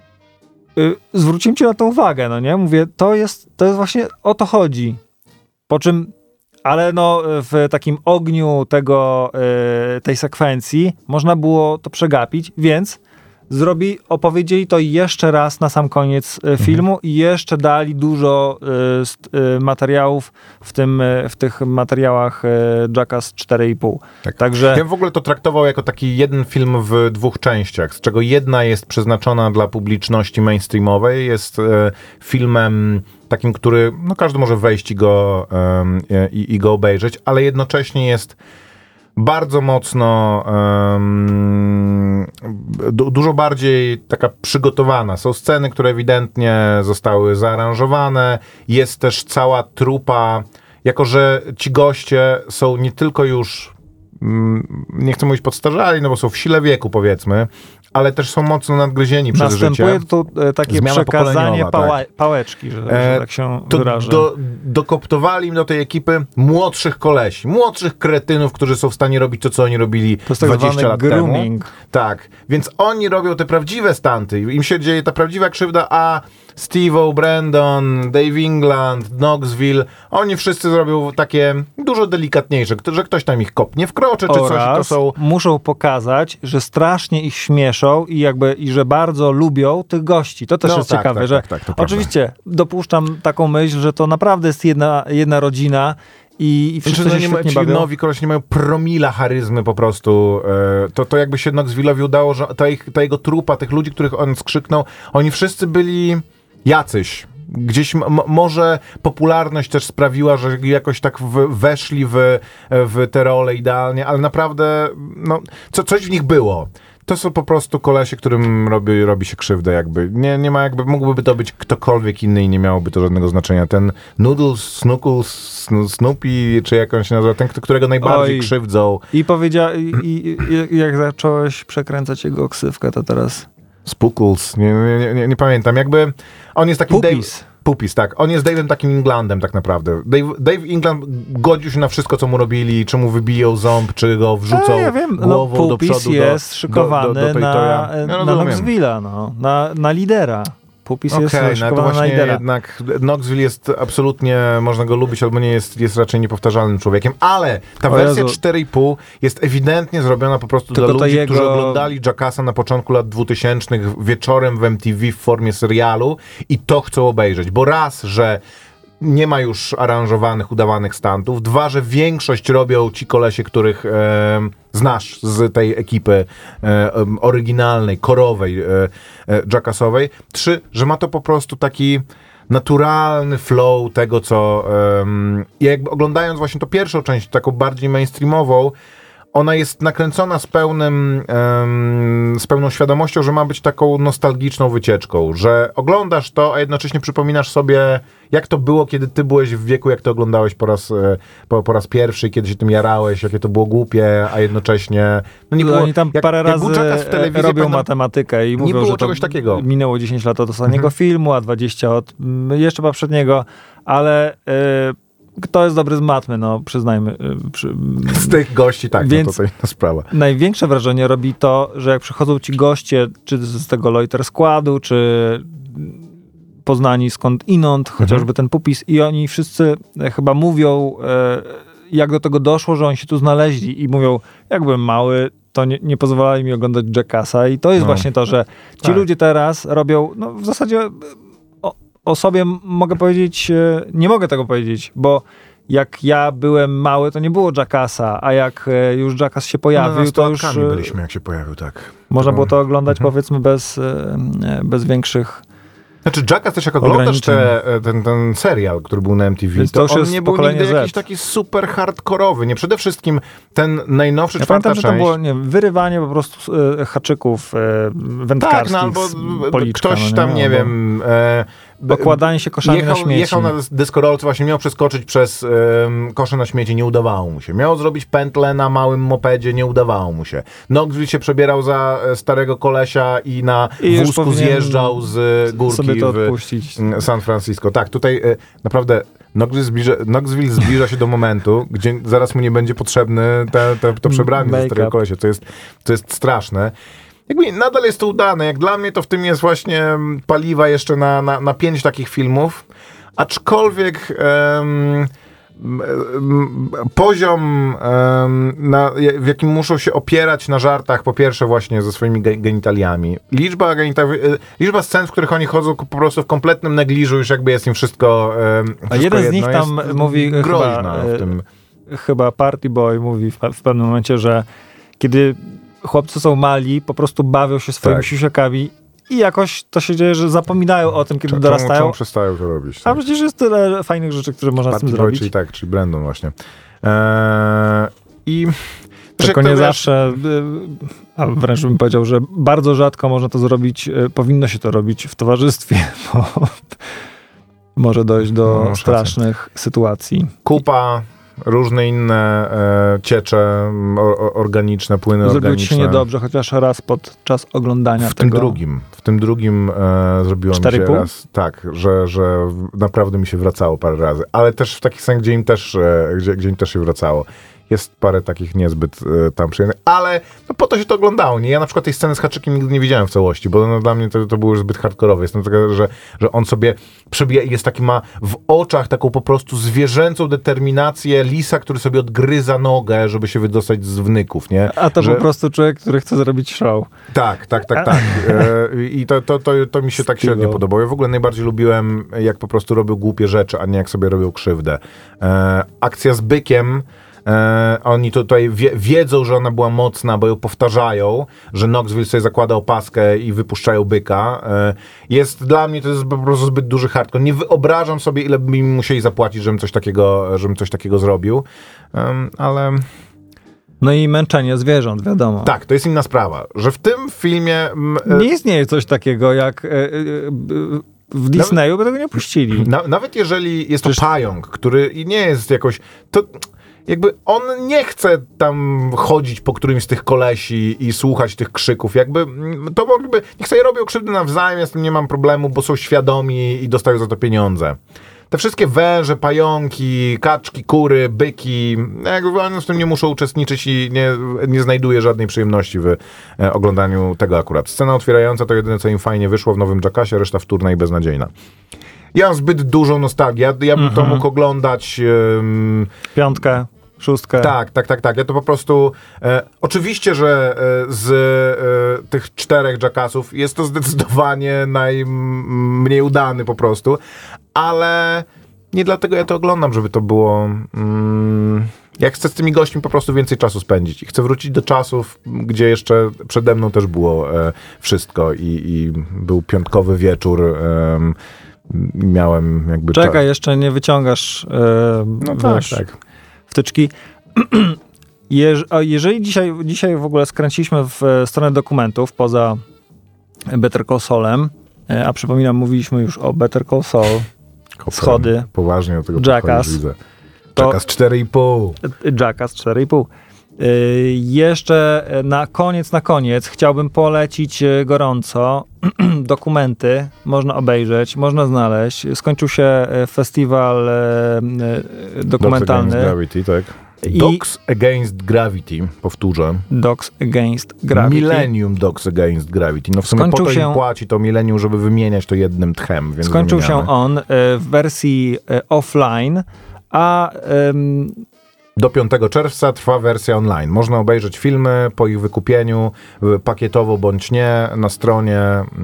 y, zwróciłem ci na to uwagę, no nie? Mówię, to jest, to jest właśnie, o to chodzi. Po czym, ale no w takim ogniu tego, y, tej sekwencji można było to przegapić, więc zrobi, opowiedzieli to jeszcze raz na sam koniec y, filmu i jeszcze dali dużo y, st, y, materiałów w tym, y, w tych materiałach y, Jackass cztery i pół. Tak. Także Ja bym w ogóle to traktował jako taki jeden film w dwóch częściach, z czego jedna jest przeznaczona dla publiczności mainstreamowej, jest e, filmem takim, który no, każdy może wejść i go, em, i, i go obejrzeć, ale jednocześnie jest bardzo mocno um, du, dużo bardziej taka przygotowana. Są sceny, które ewidentnie zostały zaaranżowane. Jest też cała trupa, jako że ci goście są nie tylko już mm, nie chcę mówić podstarzali, no bo są w sile wieku, powiedzmy, ale też są mocno nadgryzieni przez następuje życie. tu e, takie Zmiana przekazanie pokoleniowa, pała, tak. pałeczki, że, E, że tak się To wyrażę. do, dokoptowali im do tej ekipy młodszych kolesi, młodszych kretynów, którzy są w stanie robić to, co oni robili To jest tak dwadzieścia zwany lat grooming. temu. Tak, więc oni robią te prawdziwe stunty. Im się dzieje ta prawdziwa krzywda, a Steve-O, Brandon, Dave England, Knoxville, oni wszyscy zrobią takie dużo delikatniejsze, że ktoś tam ich kopnie w krocze, czy coś. Oraz To są... muszą pokazać, że strasznie ich śmieszą i jakby i że bardzo lubią tych gości. To też No jest tak, ciekawe, tak, że tak, tak, to prawda. oczywiście dopuszczam taką myśl, że to naprawdę jest jedna, jedna rodzina i, i wszyscy Znaczy, no się nie ma, świetnie ci bawią. nowi koleś nie mają promila charyzmy po prostu. E, to, to jakby się Knoxville'owi udało, że ta, ich, ta jego trupa, tych ludzi, których on skrzyknął, oni wszyscy byli jacyś. Gdzieś m- może popularność też sprawiła, że jakoś tak w, weszli w, w te role idealnie, ale naprawdę no, co, coś w nich było. To są po prostu kolesie, którym robi, robi się krzywdę jakby. Nie, nie ma jakby, mógłby to być ktokolwiek inny i nie miałoby to żadnego znaczenia. Ten Noodles, Snuckles, Snoopy, czy jak on się nazywa, ten, którego najbardziej Oj. krzywdzą. I powiedział, i, i, i jak zacząłeś przekręcać jego ksywkę, to teraz Spookles, nie, nie, nie, nie pamiętam. Jakby on jest takim Pupis. Dave, Pupis, tak. On jest Dave'em takim Englandem tak naprawdę. Dave, Dave England godził się na wszystko, co mu robili, czy mu wybiją ząb, czy go wrzucą A, ja wiem, no, głową do Pupis przodu. jest do, szykowany do, do, do na, Toya. Ja na rozumiem. Knoxville'a, no, na, na lidera. Pupis Okej, jest no to szykowany na właśnie lidera. jednak Knoxville jest absolutnie, można go lubić albo nie, jest, jest raczej niepowtarzalnym człowiekiem, ale ta O wersja Jezu. cztery i pół jest ewidentnie zrobiona po prostu Tylko dla to ludzi, jego- którzy oglądali Jackassa na początku lat dwutysięcznych wieczorem w M T V w formie serialu i to chcą obejrzeć, bo raz, że nie ma już aranżowanych, udawanych stuntów. Dwa, że większość robią ci kolesie, których e, znasz z tej ekipy e, em, oryginalnej, korowej, e, e, Jackassowej. Trzy, że ma to po prostu taki naturalny flow tego, co... em, i jakby oglądając właśnie to pierwszą część, taką bardziej mainstreamową, ona jest nakręcona z pełnym, em, z pełną świadomością, że ma być taką nostalgiczną wycieczką, że oglądasz to, a jednocześnie przypominasz sobie, jak to było, kiedy ty byłeś w wieku, jak to oglądałeś po raz, e, po, po raz pierwszy, kiedy się tym jarałeś, jakie to było głupie, a jednocześnie... No nie było, Oni tam jak, parę jak razy był Jackass w telewizji, robią pamiętam, matematykę i mówią, było że to czegoś takiego. minęło dziesięć lat od ostatniego Mhm. filmu, a dwadzieścia od mm, jeszcze poprzedniego, ale y, kto jest dobry z matmy, no przyznajmy. Y, przy, z tych gości, tak, Więc- no to, to inna sprawa. Największe wrażenie robi to, że jak przychodzą ci goście, czy z tego Loiter składu, czy poznani skąd inąd, chociażby ten Pupis, i oni wszyscy e, chyba mówią, e, jak do tego doszło, że oni się tu znaleźli i mówią, jak byłem mały, to nie, nie pozwalali mi oglądać Jackassa i to jest No. właśnie to, że ci Tak. ludzie teraz robią, no w zasadzie e, o, o sobie m- mogę powiedzieć, e, nie mogę tego powiedzieć, bo jak ja byłem mały, to nie było Jackassa, a jak e, już Jackass się pojawił, no, to już nastołatkami e, byliśmy, jak się pojawił, tak. można To- było to oglądać Mhm. powiedzmy bez, e, e, bez większych... Znaczy Jackass też jak oglądasz Ograniczeń. te, ten, ten serial, który był na M T V, Więc to, to już on jest nie był pokolenie nigdy Z. jakiś taki super hardkorowy. Nie, przede wszystkim ten najnowszy, Ja czwarta pamiętam, że to część. było nie, wiem, wyrywanie po prostu e, haczyków e, wędkarskich tak, no albo z policzka, ktoś no, tam, nie albo wiem... E, okładanie się koszami jechał, na śmieci. Jechał na deskorolce, właśnie miał przeskoczyć przez em, kosze na śmieci, nie udawało mu się. Miał zrobić pętlę na małym mopedzie, nie udawało mu się. Knoxville się przebierał za e, starego kolesia i na I już wózku powinien zjeżdżał z górki sobie to w odpuścić. mm, San Francisco. Tak, tutaj e, naprawdę Knoxville zbliża, Knoxville zbliża się do momentu, gdzie zaraz mu nie będzie potrzebny te, te, to przebranie ze Make-up. starego kolesia. To jest, to jest straszne. Jakby nadal jest to udane. Jak dla mnie to w tym jest właśnie mm, paliwa jeszcze na, na, na pięć takich filmów. Aczkolwiek em, m, m, poziom, em, na, w jakim muszą się opierać na żartach, po pierwsze właśnie ze swoimi ge- genitaliami. Liczba, genitali- e, liczba scen, w których oni chodzą po prostu w kompletnym negliżu, już jakby jest im wszystko, em, wszystko A jeden z nich jedno, tam jest mówi groźna chyba, w tym. chyba Party Boy mówi w, w pewnym momencie, że kiedy chłopcy są mali, po prostu bawią się swoimi Tak. siusiakami i jakoś to się dzieje, że zapominają o tym, kiedy Czemu, dorastają. czemu przestają to robić? A tak? przecież jest tyle fajnych rzeczy, które można z Party tym Boy, zrobić. czyli tak, czyli Brandon właśnie. Eee, I... Tylko jak to nie wiesz- zawsze, y, a wręcz bym powiedział, że bardzo rzadko można to zrobić, y, powinno się to robić w towarzystwie, bo może dojść do No, masz strasznych sytuacji. Kupa, różne inne e, ciecze m, o, o, organiczne, płyny Zrobiło ci organiczne. się niedobrze, chociaż raz podczas oglądania W tym tego. drugim. W tym drugim e, zrobiło mi cztery i się pół? raz tak, że, że w- naprawdę mi się wracało parę razy. Ale też w takich scenach, gdzie im też, e, gdzie, gdzie im też się wracało. Jest parę takich niezbyt e, tam przyjemnych, ale no, po to się to oglądało. Nie? Ja na przykład tej sceny z haczykiem nigdy nie widziałem w całości, bo no, dla mnie to, to było już zbyt hardkorowe. Jestem taka, że, że on sobie przebija i jest taki, ma w oczach taką po prostu zwierzęcą determinację lisa, który sobie odgryza nogę, żeby się wydostać z wnyków, nie? A to że... po prostu człowiek, który chce zrobić show. Tak, tak, tak, tak. E, I to, to, to, to mi się tak Stylo. średnio podobało. Ja w ogóle najbardziej lubiłem, jak po prostu robił głupie rzeczy, a nie jak sobie robił krzywdę. E, akcja z bykiem. E, oni tutaj wie, wiedzą, że ona była mocna, bo ją powtarzają, że Knoxville sobie zakłada opaskę i wypuszczają byka. E, jest dla mnie to jest po prostu zbyt duży hardcore. Nie wyobrażam sobie, ile by mi musieli zapłacić, żebym coś takiego, żebym coś takiego zrobił. E, ale... No i męczenie zwierząt, wiadomo. Tak, to jest inna sprawa, że w tym filmie... m, e, Nie istnieje coś takiego jak e, e, e, w Disneyu, by tego nie puścili. Na, nawet jeżeli jest to Przecież- pająk, który nie jest jakoś... To jakby on nie chce tam chodzić po którymś z tych kolesi i słuchać tych krzyków. Jakby mm, to mogliby... Niech sobie robią krzywdy nawzajem, ja z tym nie mam problemu, bo są świadomi i dostają za to pieniądze. te wszystkie węże, pająki, kaczki, kury, byki, jakby one w tym nie muszą uczestniczyć i nie, nie znajduję żadnej przyjemności w e, oglądaniu tego akurat. Scena otwierająca to jedyne, co im fajnie wyszło w nowym Jackassie, reszta wtórna i beznadziejna. Ja mam zbyt dużą nostalgię. Ja, ja bym mm-hmm. to mógł oglądać... Um, Piątkę, szóstkę. Tak, tak, tak, tak. Ja to po prostu... E, oczywiście, że e, z e, tych czterech Jackassów jest to zdecydowanie najmniej udany po prostu, ale nie dlatego ja to oglądam, żeby to było... Mm, jak chcę z tymi gośćmi po prostu więcej czasu spędzić. I chcę wrócić do czasów, gdzie jeszcze przede mną też było e, wszystko i, i był piątkowy wieczór. E, miałem jakby... Czekaj, czas. jeszcze nie wyciągasz e, no wiesz, tak, tak. wtyczki. Jeż, a jeżeli dzisiaj, dzisiaj w ogóle skręciliśmy w stronę dokumentów poza Better Call Saulem, e, a przypominam, mówiliśmy już o Better Call Saul, Kopem, Schody, poważnie do tego Jackass, widzę. Jackass cztery i pół. Jackass cztery i pół. Yy, jeszcze na koniec, na koniec chciałbym polecić gorąco dokumenty, można obejrzeć, można znaleźć. Skończył się festiwal e, dokumentalny. Dogs Against Gravity, tak. I Dogs Against Gravity, powtórzę. Dogs Against Gravity. Millennium Dogs Against Gravity. No w sumie Skończył po to się, im płaci to Millennium, żeby wymieniać to jednym tchem. Więc skończył wymieniamy. się on w wersji offline, a um, do piątego czerwca trwa wersja online. Można obejrzeć filmy po ich wykupieniu, pakietowo bądź nie, na stronie...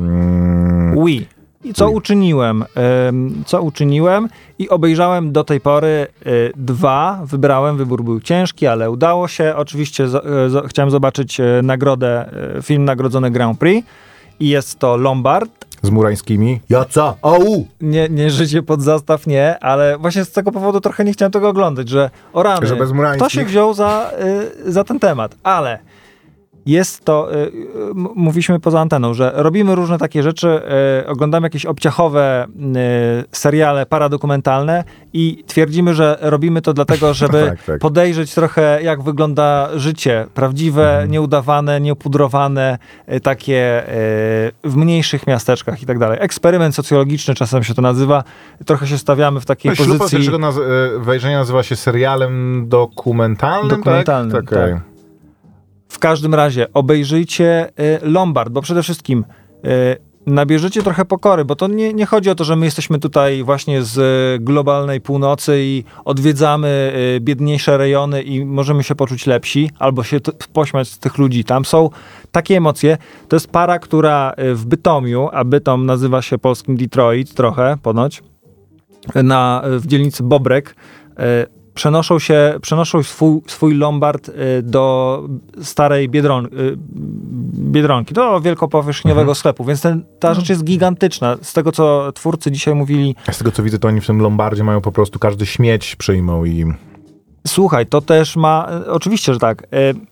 Mm, Wii. I co Wii. uczyniłem? Um, co uczyniłem? I obejrzałem do tej pory y, dwa. Wybrałem, wybór był ciężki, ale udało się. Oczywiście z, z, chciałem zobaczyć y, nagrodę, y, film nagrodzony Grand Prix. I jest to Lombard. z Murańskimi. Jaca, au! Nie, nie życie pod zastaw, nie, ale właśnie z tego powodu trochę nie chciałem tego oglądać, że o rany, Że bez kto Murańskich. się wziął za, y, za ten temat, ale jest to, y, y, mówiliśmy poza anteną, że robimy różne takie rzeczy, y, oglądamy jakieś obciachowe y, seriale paradokumentalne i twierdzimy, że robimy to dlatego, żeby tak, tak. podejrzeć trochę, jak wygląda życie prawdziwe, Mhm. nieudawane, nieupudrowane, y, takie y, w mniejszych miasteczkach i tak dalej. Eksperyment socjologiczny czasem się to nazywa. Trochę się stawiamy w takiej No, Ślupa pozycji... pierwszego naz- e, wejrzenia nazywa się serialem dokumentalnym, Dokumentalnym, tak? Okej. tak. W każdym razie obejrzyjcie y, Lombard, bo przede wszystkim y, nabierzecie trochę pokory, bo to nie, nie chodzi o to, że my jesteśmy tutaj właśnie z y, globalnej północy i odwiedzamy y, biedniejsze rejony i możemy się poczuć lepsi, albo się t- pośmiać z tych ludzi. Tam są takie emocje. To jest para, która y, w Bytomiu, a Bytom nazywa się polskim Detroit trochę, ponoć, na, w dzielnicy Bobrek, y, przenoszą się, przenoszą swój, swój Lombard y, do starej Biedron, y, Biedronki, do wielkopowierzchniowego Mhm. sklepu, więc ten, ta rzecz jest gigantyczna. Z tego, co twórcy dzisiaj mówili, Z tego co widzę, to oni w tym Lombardzie mają po prostu każdy śmieć przyjmą i... słuchaj, to też ma, y, oczywiście, że tak, y,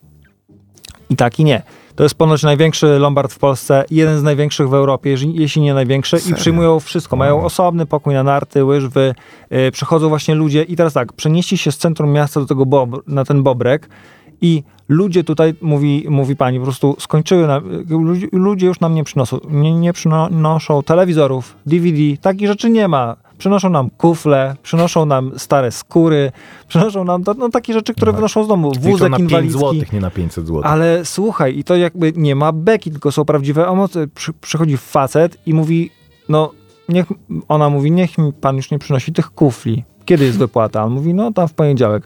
i tak i nie. To jest ponoć największy Lombard w Polsce, jeden z największych w Europie, jeśli- jeśli nie największy. Serio? I przyjmują wszystko. Mają Wow. osobny pokój na narty, łyżwy, yy, przychodzą właśnie ludzie. I teraz tak, przenieśli się z centrum miasta do tego bob, na ten Bobrek i ludzie tutaj, mówi, mówi pani, po prostu skończyły, na, ludzie, ludzie już nam nie przynoszą, nie, nie przynoszą telewizorów, D V D, takich rzeczy nie ma. Przynoszą nam kufle, przynoszą nam stare skóry, przynoszą nam to, no, takie rzeczy, które No, wynoszą z domu. I to Wózek na pięć inwalidzki. złotych, nie na pięćset złotych. Ale słuchaj, i to jakby nie ma beki, tylko są prawdziwe emocje. Przy, przychodzi facet i mówi, no, niech, ona mówi, niech mi pan już nie przynosi tych kufli. Kiedy jest wypłata? A on mówi, no tam w poniedziałek.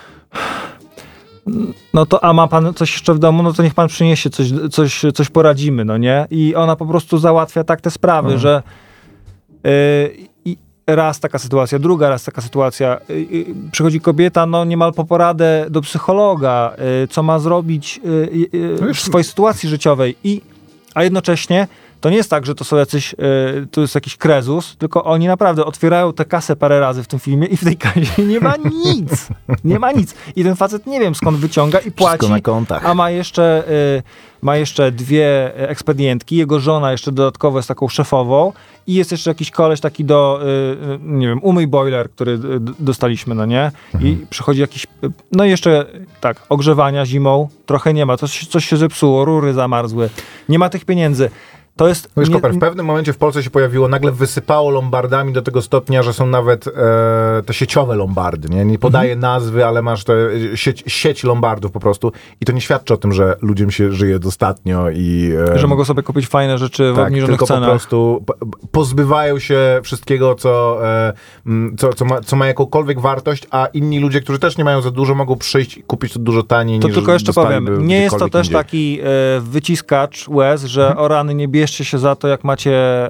No to, a ma pan coś jeszcze w domu, no to niech pan przyniesie, coś, coś, coś poradzimy, no nie? I ona po prostu załatwia tak te sprawy, Mhm. że yy, i raz taka sytuacja, druga raz taka sytuacja. Yy, yy, przychodzi kobieta, no niemal po poradę do psychologa, yy, co ma zrobić yy, yy, No w już- swojej sytuacji życiowej. I, a jednocześnie to nie jest tak, że to są jacyś, yy, to jest jakiś krezus, tylko oni naprawdę otwierają tę kasę parę razy w tym filmie i w tej kasie nie ma nic. Nie ma nic. I ten facet nie wiem skąd wyciąga i płaci. Wszystko na kontach. A ma jeszcze, y, ma jeszcze dwie ekspedientki, jego żona jeszcze dodatkowo jest taką szefową i jest jeszcze jakiś koleś taki do, y, y, nie wiem, umyj boiler, który y, d- dostaliśmy, no nie? I przychodzi jakiś, y, no i jeszcze tak, ogrzewania zimą trochę nie ma, coś, coś się zepsuło, rury zamarzły, nie ma tych pieniędzy. To jest... Wiesz, nie, Koper, w pewnym momencie w Polsce się pojawiło, nagle wysypało lombardami do tego stopnia, że są nawet e, te sieciowe lombardy, nie? Nie podaję mhm. nazwy, ale masz te sieć, sieć lombardów po prostu i to nie świadczy o tym, że ludziom się żyje dostatnio i... E, że mogą sobie kupić fajne rzeczy w tak, obniżonych tylko cenach. po prostu pozbywają się wszystkiego, co, e, co, co, ma, co ma jakąkolwiek wartość, a inni ludzie, którzy też nie mają za dużo, mogą przyjść i kupić to dużo taniej to niż tylko jeszcze powiem, nie jest to też indziej. taki e, wyciskacz łez, że hmm. o rany, nie bierzcie się za to, jak macie e,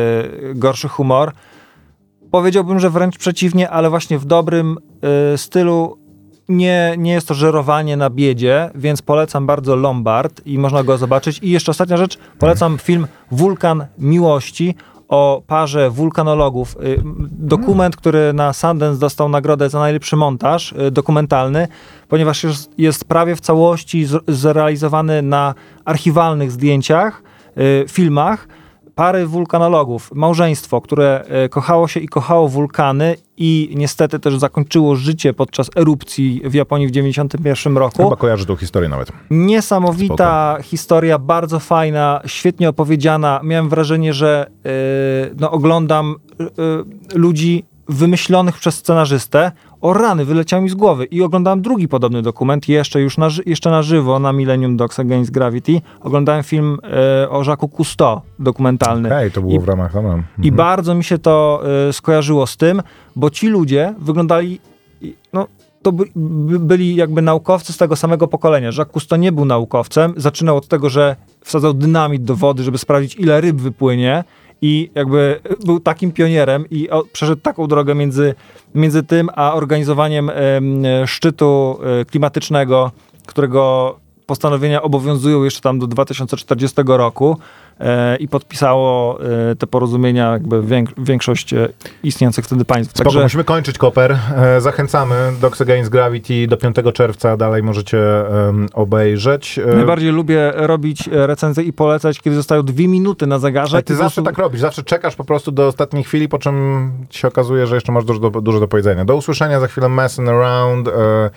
gorszy humor. Powiedziałbym, że wręcz przeciwnie, ale właśnie w dobrym e, stylu. Nie, nie jest to żerowanie na biedzie, więc polecam bardzo Lombard i można go zobaczyć. I jeszcze ostatnia rzecz, polecam film Wulkan Miłości o parze wulkanologów. Dokument, który na Sundance dostał nagrodę za najlepszy montaż dokumentalny, ponieważ jest, jest prawie w całości zrealizowany na archiwalnych zdjęciach, filmach pary wulkanologów, małżeństwo, które kochało się i kochało wulkany i niestety też zakończyło życie podczas erupcji w Japonii w dziewięćdziesiątym pierwszym roku. Chyba kojarzę tą historię nawet. Niesamowita Spoko. historia, bardzo fajna, świetnie opowiedziana. Miałem wrażenie, że yy, no, oglądam yy, ludzi wymyślonych przez scenarzystę. O rany, wyleciał mi z głowy. I oglądałem drugi podobny dokument, jeszcze już na, jeszcze na żywo, na Millennium Dogs Against Gravity. Oglądałem film e, o Jacques'u Cousteau, dokumentalny. Hej, to było I, w ramach... Dobra. Mhm. I bardzo mi się to e, skojarzyło z tym, bo ci ludzie wyglądali... No, to by, by, byli jakby naukowcy z tego samego pokolenia. Jacques Cousteau nie był naukowcem. Zaczynał od tego, że wsadzał dynamit do wody, żeby sprawdzić, ile ryb wypłynie. I jakby był takim pionierem i o, przeszedł taką drogę między, między tym, a organizowaniem e, szczytu e, klimatycznego, którego postanowienia obowiązują jeszcze tam do dwa tysiące czterdziestego roku e, i podpisało e, te porozumienia jakby więk, większość e, istniejących wtedy państw. Spoko, Także musimy kończyć, Koper. E, zachęcamy. Dogs Against Gravity do piątego czerwca dalej możecie um, obejrzeć. E, najbardziej lubię robić recenzje i polecać, kiedy zostają dwie minuty na zegarze. Ale ty i zawsze prostu... tak robisz, zawsze czekasz po prostu do ostatniej chwili, po czym ci się okazuje, że jeszcze masz dużo do, dużo do powiedzenia. Do usłyszenia za chwilę Messing Around, e,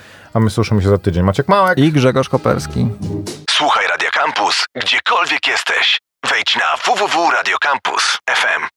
a my słyszymy się za tydzień. Maciek Małek i Grzegorz Koperski. Słuchaj Radia Campus, gdziekolwiek jesteś. Wejdź na w w w kropka radio campus kropka f m.